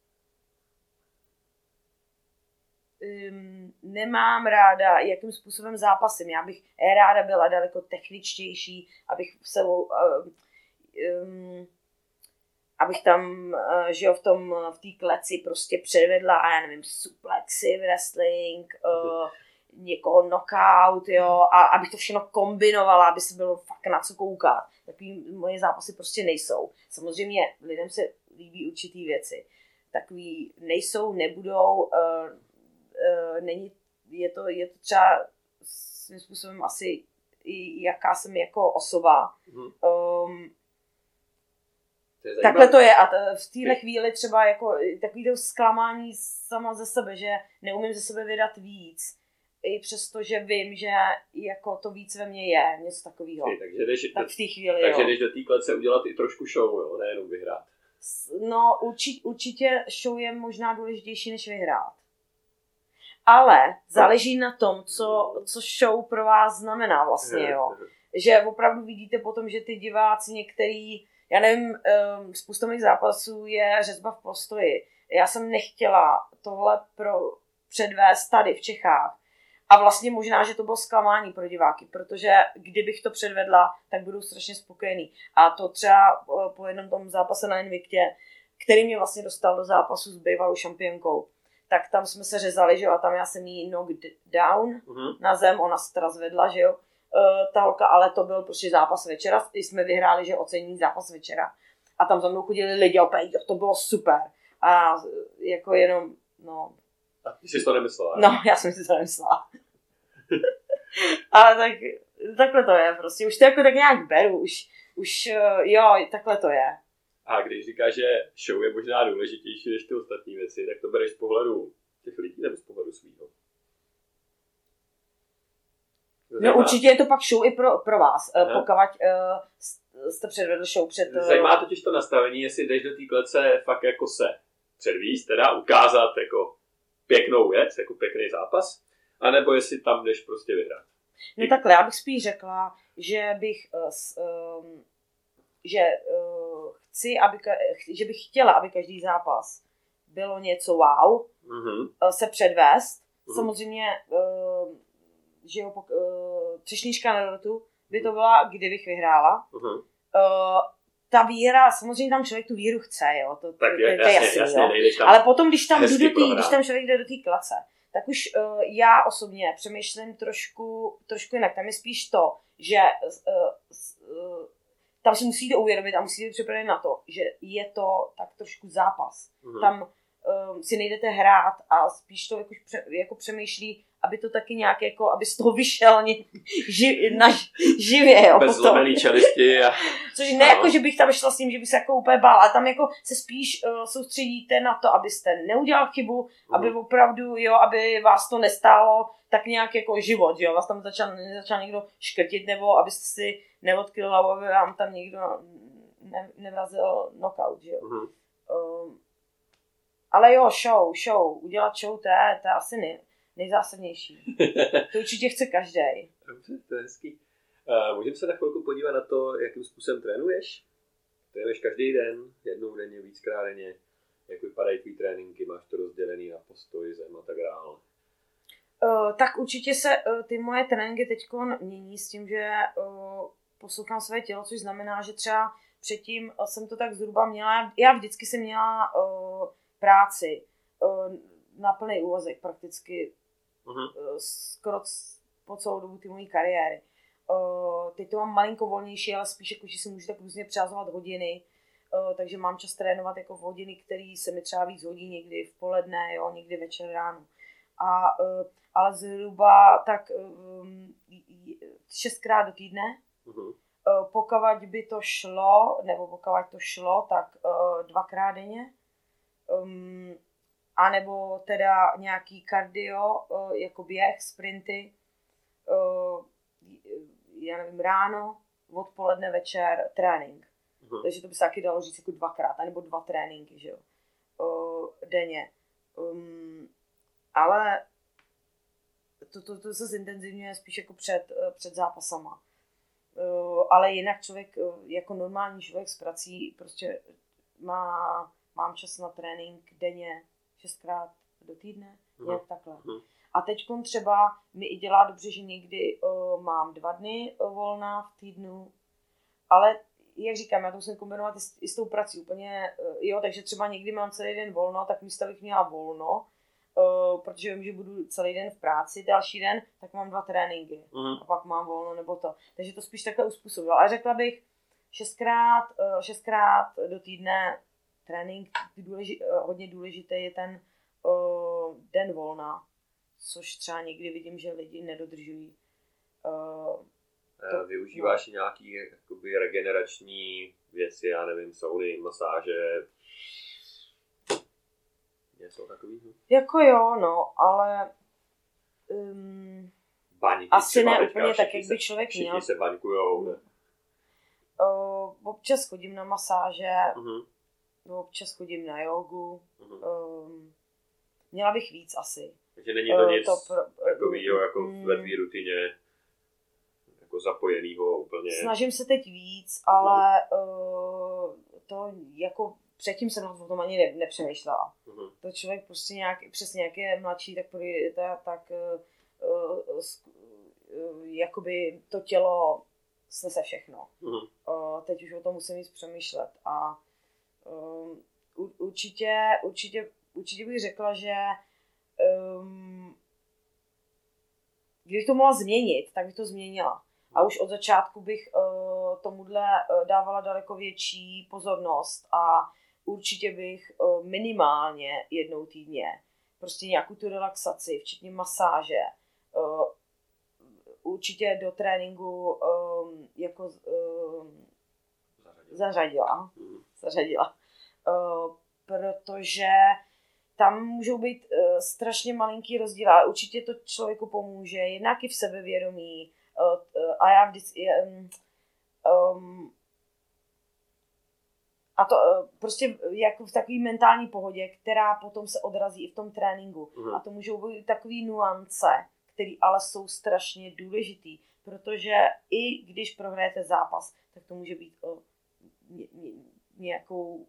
nemám ráda, jakým způsobem zápasím. Já bych ráda byla daleko techničtější, abych abych tam, že jo, v té kleci prostě předvedla, já nevím, suplexy, wrestling, někoho knockout, jo, a abych to všechno kombinovala, aby se bylo fakt na co koukat. Takový moje zápasy prostě nejsou. Samozřejmě lidem se líbí určitý věci. Takový nejsou, nebudou, je to třeba svým způsobem asi i jaká jsem jako osoba. Takhle to je a v téhle chvíli třeba jako takový to zklamání sama ze sebe, že neumím ze sebe vydat víc. I přesto, že vím, že jako to víc ve mně je, něco takového. Tak v té chvíli, takže jdeš do té klece udělat i trošku show, jo? Nejenom vyhrát. No určitě show je možná důležitější, než vyhrát. Ale záleží na tom, co show pro vás znamená vlastně, jo. Že opravdu vidíte potom, že ty diváci některý, já nevím, spousta mých zápasů je řezba v postoji. Já jsem nechtěla tohle předvést tady v Čechách. A vlastně možná, že to bylo zklamání pro diváky, protože kdybych to předvedla, tak budou strašně spokojený. A to třeba po jednom tom zápase na Invictě, který mě vlastně dostal do zápasu s bývalou šampionkou, tak tam jsme se řezali, že jo, a tam já jsem jí knocked down na zem, ona se teda zvedla, že jo, ta holka, ale to byl prostě zápas večera, jsme vyhráli, že ocení zápas večera. A tam za mnou chodili lidi a opět, to bylo super. A jako jenom, no... A ty jsi to nemyslela? No, já jsem si to nemyslela. Ale takhle to je prostě, už to jako tak nějak beru, už jo, takhle to je. A když říkáš, že show je možná důležitější než ty ostatní věci, tak to bereš z pohledu těch lidí nebo z pohledu svýho? No určitě je to pak show i pro vás, pokud jste předvedl show před... Zajímá totiž to nastavení, jestli jdeš do té klece fakt jako se předvíst, teda ukázat jako pěknou věc, jako pěkný zápas, anebo jestli tam jdeš prostě vyhrát. No takhle, já bych spíš řekla, že že bych chtěla, aby každý zápas bylo něco wow, se předvést. Samozřejmě, že jo, třešnička na dortu by to byla, kdybych vyhrála. Ta víra, samozřejmě tam člověk tu víru chce, jo, to je jasný, jo. Ale potom, když tam člověk jde do té klace, tak už já osobně přemýšlím trošku jinak. Tam je spíš to, že tam si musíte uvědomit a musíte připravit na to, že je to tak trošku zápas. Tam si nejdete hrát a spíš to jako přemýšlí, aby to taky nějak jako, aby z toho vyšel živě, jo. Bez zlomený čelisti. Což ne jako, že bych tam šla s tím, že bych se jako úplně bál, ale tam jako se spíš soustředíte na to, abyste neudělal chybu, aby opravdu, jo, aby vás to nestálo tak nějak jako život, jo. Vás tam začal někdo škrtit, nebo abyste si neodkryl hlavu, aby vám tam někdo nevrazil knockout, jo. Ale jo, show, udělat show, to je asi nejzásadnější. To určitě chce každý. Dobře, to je hezký. Můžeme se na chvilku podívat na to, jakým způsobem trénuješ? Trénuješ každý den, jednou denně, víckrát denně? Jak vypadají tvý tréninky? Máš to rozdělený na postoj, zem a tak dále? Tak určitě se ty moje tréninky teď mění s tím, že poslouchám své tělo, což znamená, že třeba předtím jsem to tak zhruba měla, já vždycky jsem měla práci na plný úvazek prakticky skoro po celou dobu ty mojí kariéry. Teď to mám malinko volnější, ale spíš jako, že si můžu tak různě přázovat hodiny, takže mám čas trénovat jako v hodiny, které se mi třeba víc hodí někdy v poledne, jo, někdy večer ráno. Ale zhruba tak 6krát do týdne. Pokud by to šlo, nebo pokud to šlo, tak 2krát denně. A nebo teda nějaký kardio, jako běh, sprinty, já nevím, ráno, odpoledne, večer, trénink. Takže to by se taky dalo říct jako 2krát, anebo 2 tréninky, že jo, denně. Ale to se zintenzivňuje spíš jako před zápasama. Ale jinak člověk, jako normální člověk s prací, prostě mám čas na trénink denně 6krát do týdne, nějak takhle. A teďkon třeba mi i dělá dobře, že někdy mám 2 dny volna v týdnu, ale jak říkám, já to musím kombinovat i s tou prací úplně, jo, takže třeba někdy mám celý den volno, tak místo bych měla volno, protože vím, že budu celý den v práci, další den, tak mám 2 tréninky a pak mám volno nebo to. Takže to spíš takhle uspůsobil. Ale řekla bych 6krát do týdne trénink, hodně důležitý je ten den volna, což třeba někdy vidím, že lidi nedodržují. Využíváš nějaký jakoby regenerační věci, já nevím, sauny, masáže, něco takového? Jako jo, no, ale baňky, asi ne úplně tak, jak by člověk měl. Všichni se baňkujou. Občas chodím na masáže, občas chodím na jogu, Měla bych víc asi. Takže není to nic takového jako ve tvý rutině jako zapojenýho úplně. Snažím se teď víc, ale to jako předtím jsem o tom ani nepřemýšlela. To člověk prostě přesně jak je mladší, tak jakoby to tělo snese všechno. Teď už o tom musím víc přemýšlet a určitě bych řekla, že kdybych to mohla změnit, tak bych to změnila. A už od začátku bych tomuhle dávala daleko větší pozornost a určitě bych minimálně jednou týdně prostě nějakou tu relaxaci, včetně masáže, určitě do tréninku jako zařadila. Protože tam můžou být strašně malinký rozdíl, ale určitě to člověku pomůže, jednak i v sebevědomí. A já vždycky a to prostě jako v takové mentální pohodě, která potom se odrazí i v tom tréninku. A to můžou být takový nuance, které ale jsou strašně důležitý, protože i když prohrajete zápas, tak to může být nějakou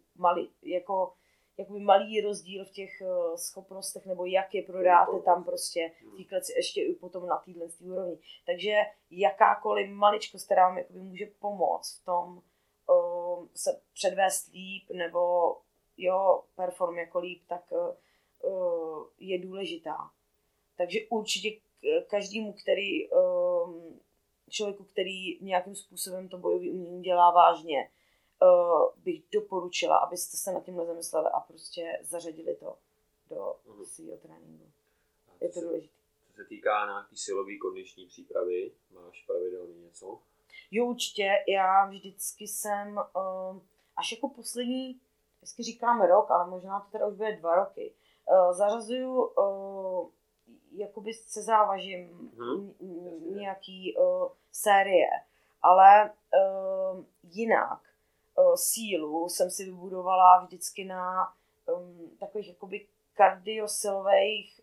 malý rozdíl v těch schopnostech, nebo jak je prodáte tam prostě v kleci ještě i potom na téhle úrovni. Takže jakákoliv maličkost, která vám může pomoct v tom se předvést líp, nebo perform jako líp, tak je důležitá. Takže určitě každému, člověku, který nějakým způsobem to bojové umění dělá vážně, bych doporučila, abyste se nad tímhle zamysleli a prostě zařadili to do svého tréninku. Je to důležité. Co se týká nějaký silový kondiční přípravy, máš pravidelně něco? Jo, určitě. Já vždycky jsem, až jako poslední, vždycky říkám rok, ale možná to teda už bude 2 roky, zařazuju jakoby se závažím nějaký série, ale jinak sílu jsem si vybudovala vždycky na takových jakoby kardiosilových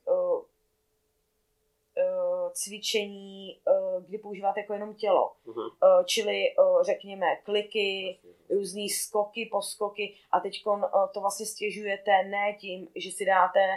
cvičení, kdy používáte jako jenom tělo. Čili řekněme kliky, různý skoky, poskoky a teď to vlastně stěžujete ne tím, že si dáte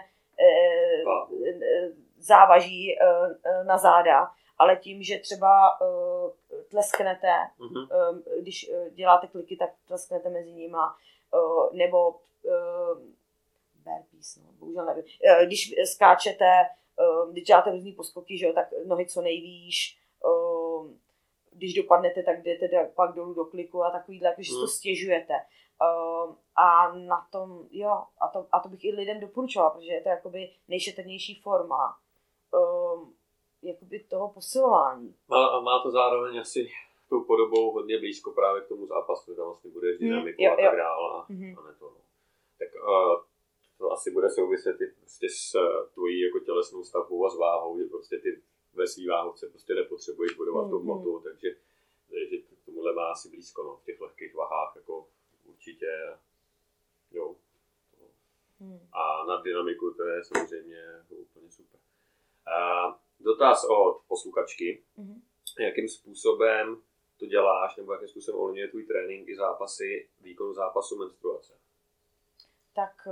závaží na záda, ale tím, že třeba tlesknete, když děláte kliky, tak tlesknete mezi nima, nebo burpees, bohužel nevím. Když skáčete, když děláte různý poskoky, že jo, tak nohy co nejvýš, když dopadnete, tak jdete pak dolů do kliku a takovýhle, že si to stěžujete. A na tom, a to bych i lidem doporučovala, protože je to jakoby nejšetrnější forma jakoby toho posilování. A má to zároveň asi tou podobou hodně blízko právě k tomu zápasu, tam vlastně bude dynamiku a tak dále. A ne to, no. Tak to asi bude souviset i prostě s tvojí jako tělesnou stavbou a s váhou, že prostě ty ve svý váhovce prostě nepotřebuješ budovat tu hmotu, takže k tomuhle má asi blízko, no, v těch lehkých vahách, jako určitě, jo. A na dynamiku to je samozřejmě úplně super. Dotaz od posluchačky. Jakým způsobem to děláš, nebo jakým způsobem ovlivňuje tvůj trénink i zápasy, výkon zápasu, menstruace? Tak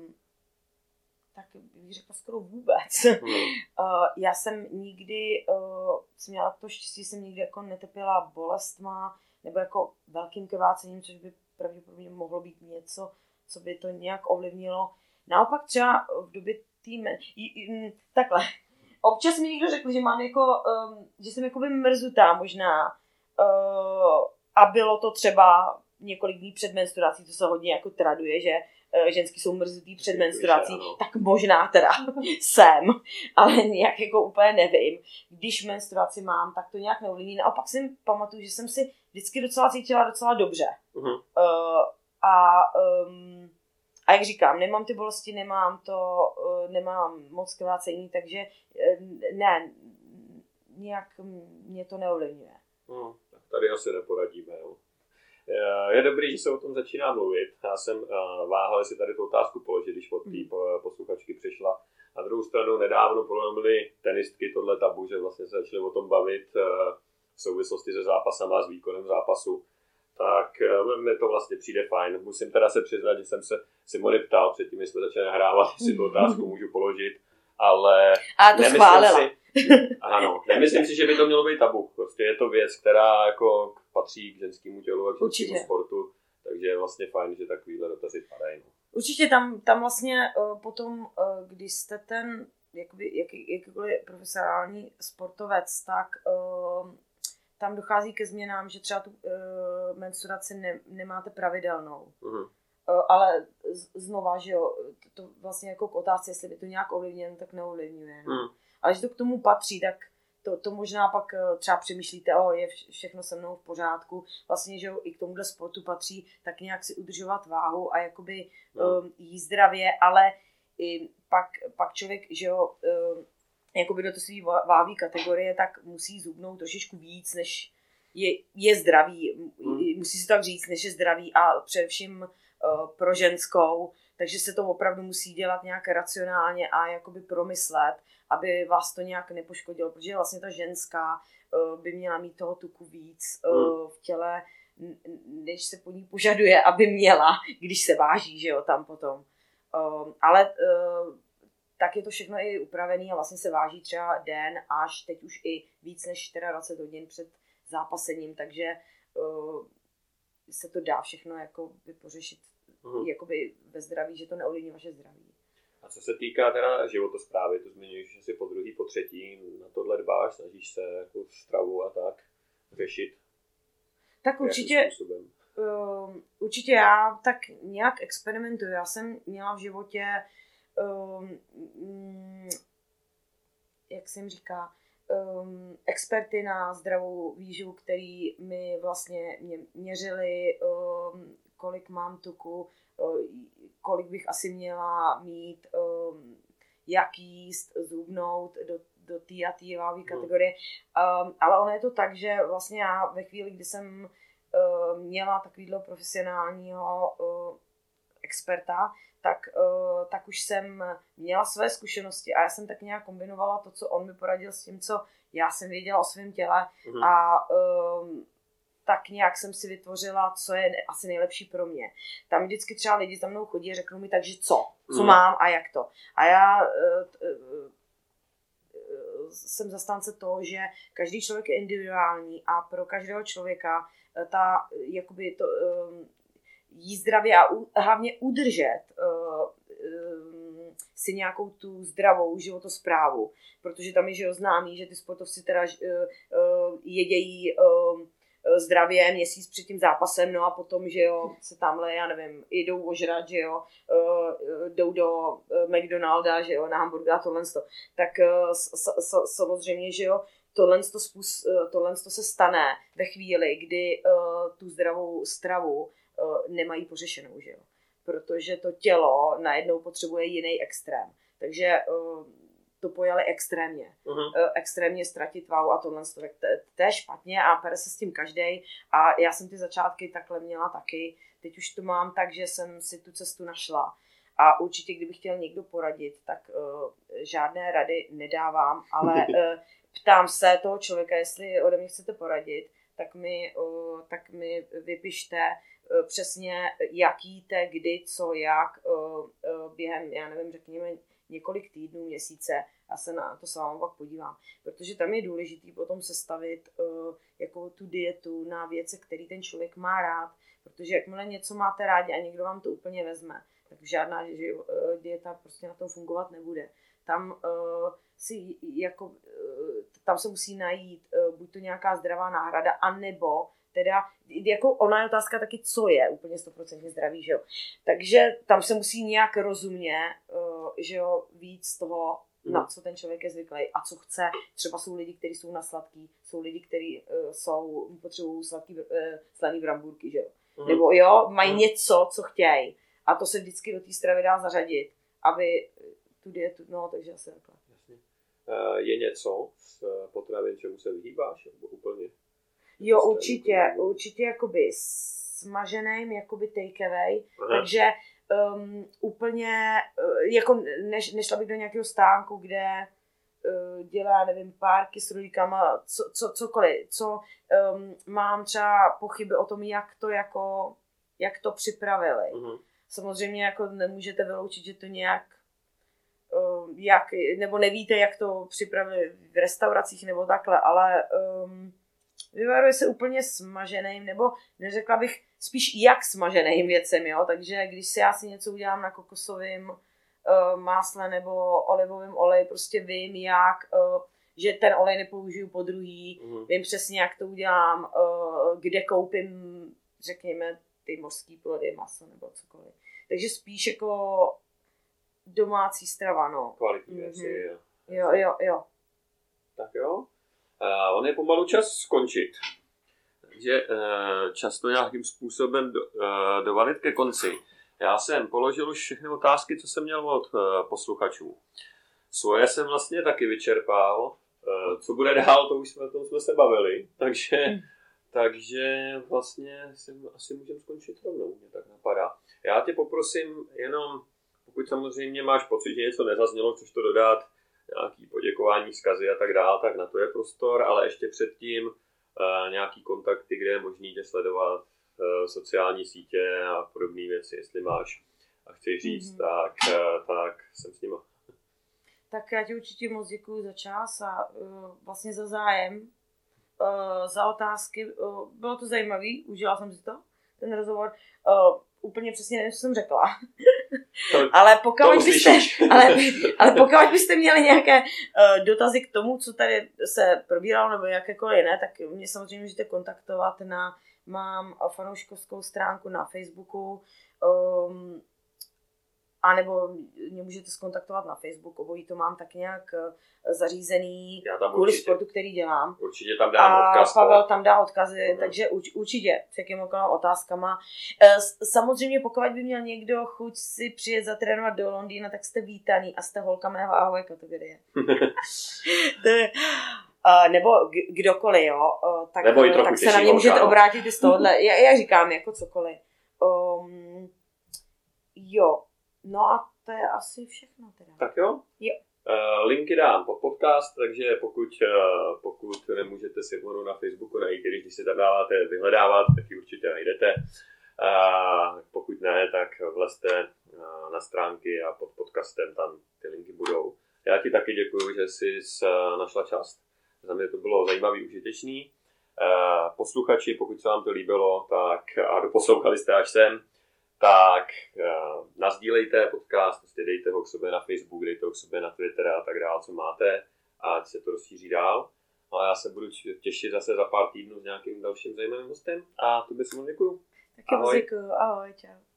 bych řekla skoro vůbec. Já jsem nikdy, jsem měla to štěstí, jsem nikdy jako netrpěla bolestma, nebo jako velkým krvácením, což by pravděpodobně mohlo být něco, co by to nějak ovlivnilo. Naopak třeba v době takhle. Občas mi někdo řekl, že mám jako, že jsem jakoby mrzutá možná a bylo to třeba několik dní před menstruací, to se hodně jako traduje, že ženský jsou mrzutý před menstruací, tak možná teda jsem, ale nějak jako úplně nevím. Když menstruaci mám, tak to nějak neovlivní. Naopak si pamatuju, že jsem si vždycky docela cítila docela dobře. A jak říkám, nemám ty bolesti, nemám moc krvácení, takže ne, nějak mě to neovlivňuje. Tak tady asi neporadíme. Jo. Je dobrý, že se o tom začíná mluvit. Já jsem váhal, jestli tady tu otázku položit, když od té posluchačky přišla. Na druhou stranu nedávno prolomily tenistky tohle tabu, že vlastně se začaly o tom bavit v souvislosti se zápasama a s výkonem zápasu. Tak mi to vlastně přijde fajn. Musím teda se přiznat, že jsem se Simony ptal předtím, než jsme začali nahrávat, jestli tu otázku můžu položit, ale nemyslím si, že by to mělo být tabu. Prostě je to věc, která jako patří k ženskému tělu a k ženskému sportu, takže je vlastně fajn, že takovýhle dotazy padají. Určitě tam vlastně potom, když jste ten jakýkoliv profesionální sportovec, tak tam dochází ke změnám, že třeba tu menstruaci nemáte pravidelnou. Ale znova, že jo, to vlastně jako k otázce, jestli by to nějak ovlivněno, tak neovlivňuje. No. Ale že to k tomu patří, tak to možná pak třeba přemýšlíte, je všechno se mnou v pořádku. Vlastně, že jo, i k tomuhle sportu patří tak nějak si udržovat váhu a jakoby jíst zdravě, ale i pak člověk, že jo, jakoby do té své váhové kategorie, tak musí zhubnout trošičku víc, než je zdravý. Musí se tak říct, než je zdravý a především pro ženskou, takže se to opravdu musí dělat nějak racionálně a jakoby promyslet, aby vás to nějak nepoškodilo, protože vlastně ta ženská by měla mít toho tuku víc v těle, než se po ní požaduje, aby měla, když se váží, že jo, tam potom. Ale tak je to všechno i upravený a vlastně se váží třeba den až teď už i víc než 24 hodin před zápasením, takže se to dá všechno jako pořešit jakoby ve zdraví, že to neovlivní vaše zdraví. A co se týká teda životosprávy, to zmiňuješ, že si po druhý, po třetí na tohle dbáš, snažíš se jako stravu a tak řešit? Tak určitě já tak nějak experimentuju. Já jsem měla v životě, jak se jim říká, experty na zdravou výživu, který mi vlastně měřili, kolik mám tuku, kolik bych asi měla mít, jak jíst, zhubnout do té a té váhové kategorie. Ale ono je to tak, že vlastně já ve chvíli, kdy jsem měla takovýhle profesionálního experta, tak už jsem měla své zkušenosti a já jsem tak nějak kombinovala to, co on mi poradil s tím, co já jsem věděla o svém těle a tak nějak jsem si vytvořila, co je asi nejlepší pro mě. Tam vždycky třeba lidi za mnou chodí a řeknou mi, takže co mám a jak to. A já jsem zastánce toho, že každý člověk je individuální a pro každého člověka jakoby to jíst zdravě a hlavně udržet si nějakou tu zdravou životosprávu, protože tam je, že jo, známý, že ty sportovci teda jedějí zdravě měsíc před tím zápasem, no a potom, že jo, se tamhle, já nevím, jdou ožrat, že jo, jdou do McDonalda, že jo, na hamburger a tohle. Tak samozřejmě, že jo, tohle se stane ve chvíli, kdy tu zdravou stravu nemají pořešenou, že jo. Protože to tělo najednou potřebuje jiný extrém. Takže to pojali extrémně. Extrémně ztratit váhu a tohle. To je špatně a pere se s tím každej. A já jsem ty začátky takhle měla taky. Teď už to mám tak, že jsem si tu cestu našla. A určitě, kdybych chtěl někdo poradit, tak žádné rady nedávám, ale ptám se toho člověka, jestli ode mě chcete poradit, tak mi vypište přesně jaký, kdy, co, jak, během, já nevím, řekněme několik týdnů, měsíce, já se na to s vámi pak podívám. Protože tam je důležitý potom sestavit jako tu dietu na věci, který ten člověk má rád, protože jakmile něco máte rádi a někdo vám to úplně vezme, tak žádná dieta prostě na tom fungovat nebude. Tam se musí najít buď to nějaká zdravá náhrada, anebo teda, jako ona je otázka taky, co je úplně 100% zdravý, že jo. Takže tam se musí nějak rozumně, že jo, víc toho, na co ten člověk je zvyklý a co chce. Třeba jsou lidi, kteří jsou na sladký, jsou lidi, kteří potřebují slaný brambůrky, že jo. Nebo jo, mají něco, co chtějí. A to se vždycky do té stravy dá zařadit, aby tu dietu, no, takže asi takhle. Jasně. Je něco z potravin, čemu se vyhýbáš? Nebo úplně? Jo, určitě jakoby smaženým, jakoby takeaway, takže úplně, jako nešla bych do nějakého stánku, kde dělá, nevím, párky s rolíkama, cokoliv, mám třeba pochyby o tom, jak to připravili. Samozřejmě jako nemůžete vyloučit, že to nějak nebo nevíte, jak to připravili v restauracích nebo takhle, ale vyvaruje se úplně smaženým, nebo neřekla bych spíš jak smaženým věcem, jo, takže když si já si něco udělám na kokosovém másle nebo olivovém oleji, prostě vím že ten olej nepoužiju po druhý, vím přesně, jak to udělám, kde koupím, řekněme, ty mořský plody, maso nebo cokoliv. Takže spíš jako domácí strava, no. Kvalitní věci, Jo. Tak jo. On je pomalu čas skončit. Takže čas to nějakým způsobem dovalit ke konci. Já jsem položil už všechny otázky, co jsem měl od posluchačů. Svoje jsem vlastně taky vyčerpal. Co bude dál, to už jsme se bavili. Takže vlastně asi můžeme skončit rovnou, mě tak napadá. Já tě poprosím jenom, pokud samozřejmě máš pocit, že něco nezaznělo, chceš to dodat, nějaký poděkování, vzkazy a tak dále, tak na to je prostor, ale ještě předtím nějaký kontakty, kde je možný tě sledovat, sociální sítě a podobné věci, jestli máš a chceš říct, tak jsem s nima. Tak já ti určitě moc děkuju za čas a vlastně za zájem, za otázky. Bylo to zajímavý, užila jsem si to, ten rozhovor. Úplně přesně nevím, co jsem řekla. Ale pokud byste měli nějaké dotazy k tomu, co tady se probíralo, nebo jakékoliv jiné, tak mě samozřejmě můžete kontaktovat mám fanouškovskou stránku na Facebooku, anebo mě můžete skontaktovat na Facebook, obojí to mám tak nějak zařízený kvůli sportu, který dělám. Určitě tam dám odkaz. A Pavel tam dá odkazy, takže určitě s jakýmkoliv otázkama. Samozřejmě pokud by měl někdo chuť si přijet zatrénovat do Londýna, tak jste vítaný a jste holka mého ahoj kategorie. Nebo kdokoliv, jo. Tak se na mě můžete obrátit i z tohohle. Já říkám jako cokoliv. Jo. No a to je asi všechno teda. Tak jo? Jo. Linky dám pod podcast, takže pokud nemůžete si onu na Facebooku najít, když si tam dáváte vyhledávat, tak ji určitě najdete. Pokud ne, tak vlezte na stránky a pod podcastem tam ty linky budou. Já ti taky děkuju, že jsi našla čas. Za mě to bylo zajímavý, užitečný. Posluchači, pokud se vám to líbilo, tak a doposlouchali jste až sem, tak nasdílejte podcast, prostě dejte ho k sobě na Facebook, dejte ho k sobě na Twitter a tak dále, co máte, ať se to rozšíří dál. A já se budu těšit zase za pár týdnů s nějakým dalším zajímavým hostem a tobě si moc děkuju. Taky moc děkuju, ahoj, čau.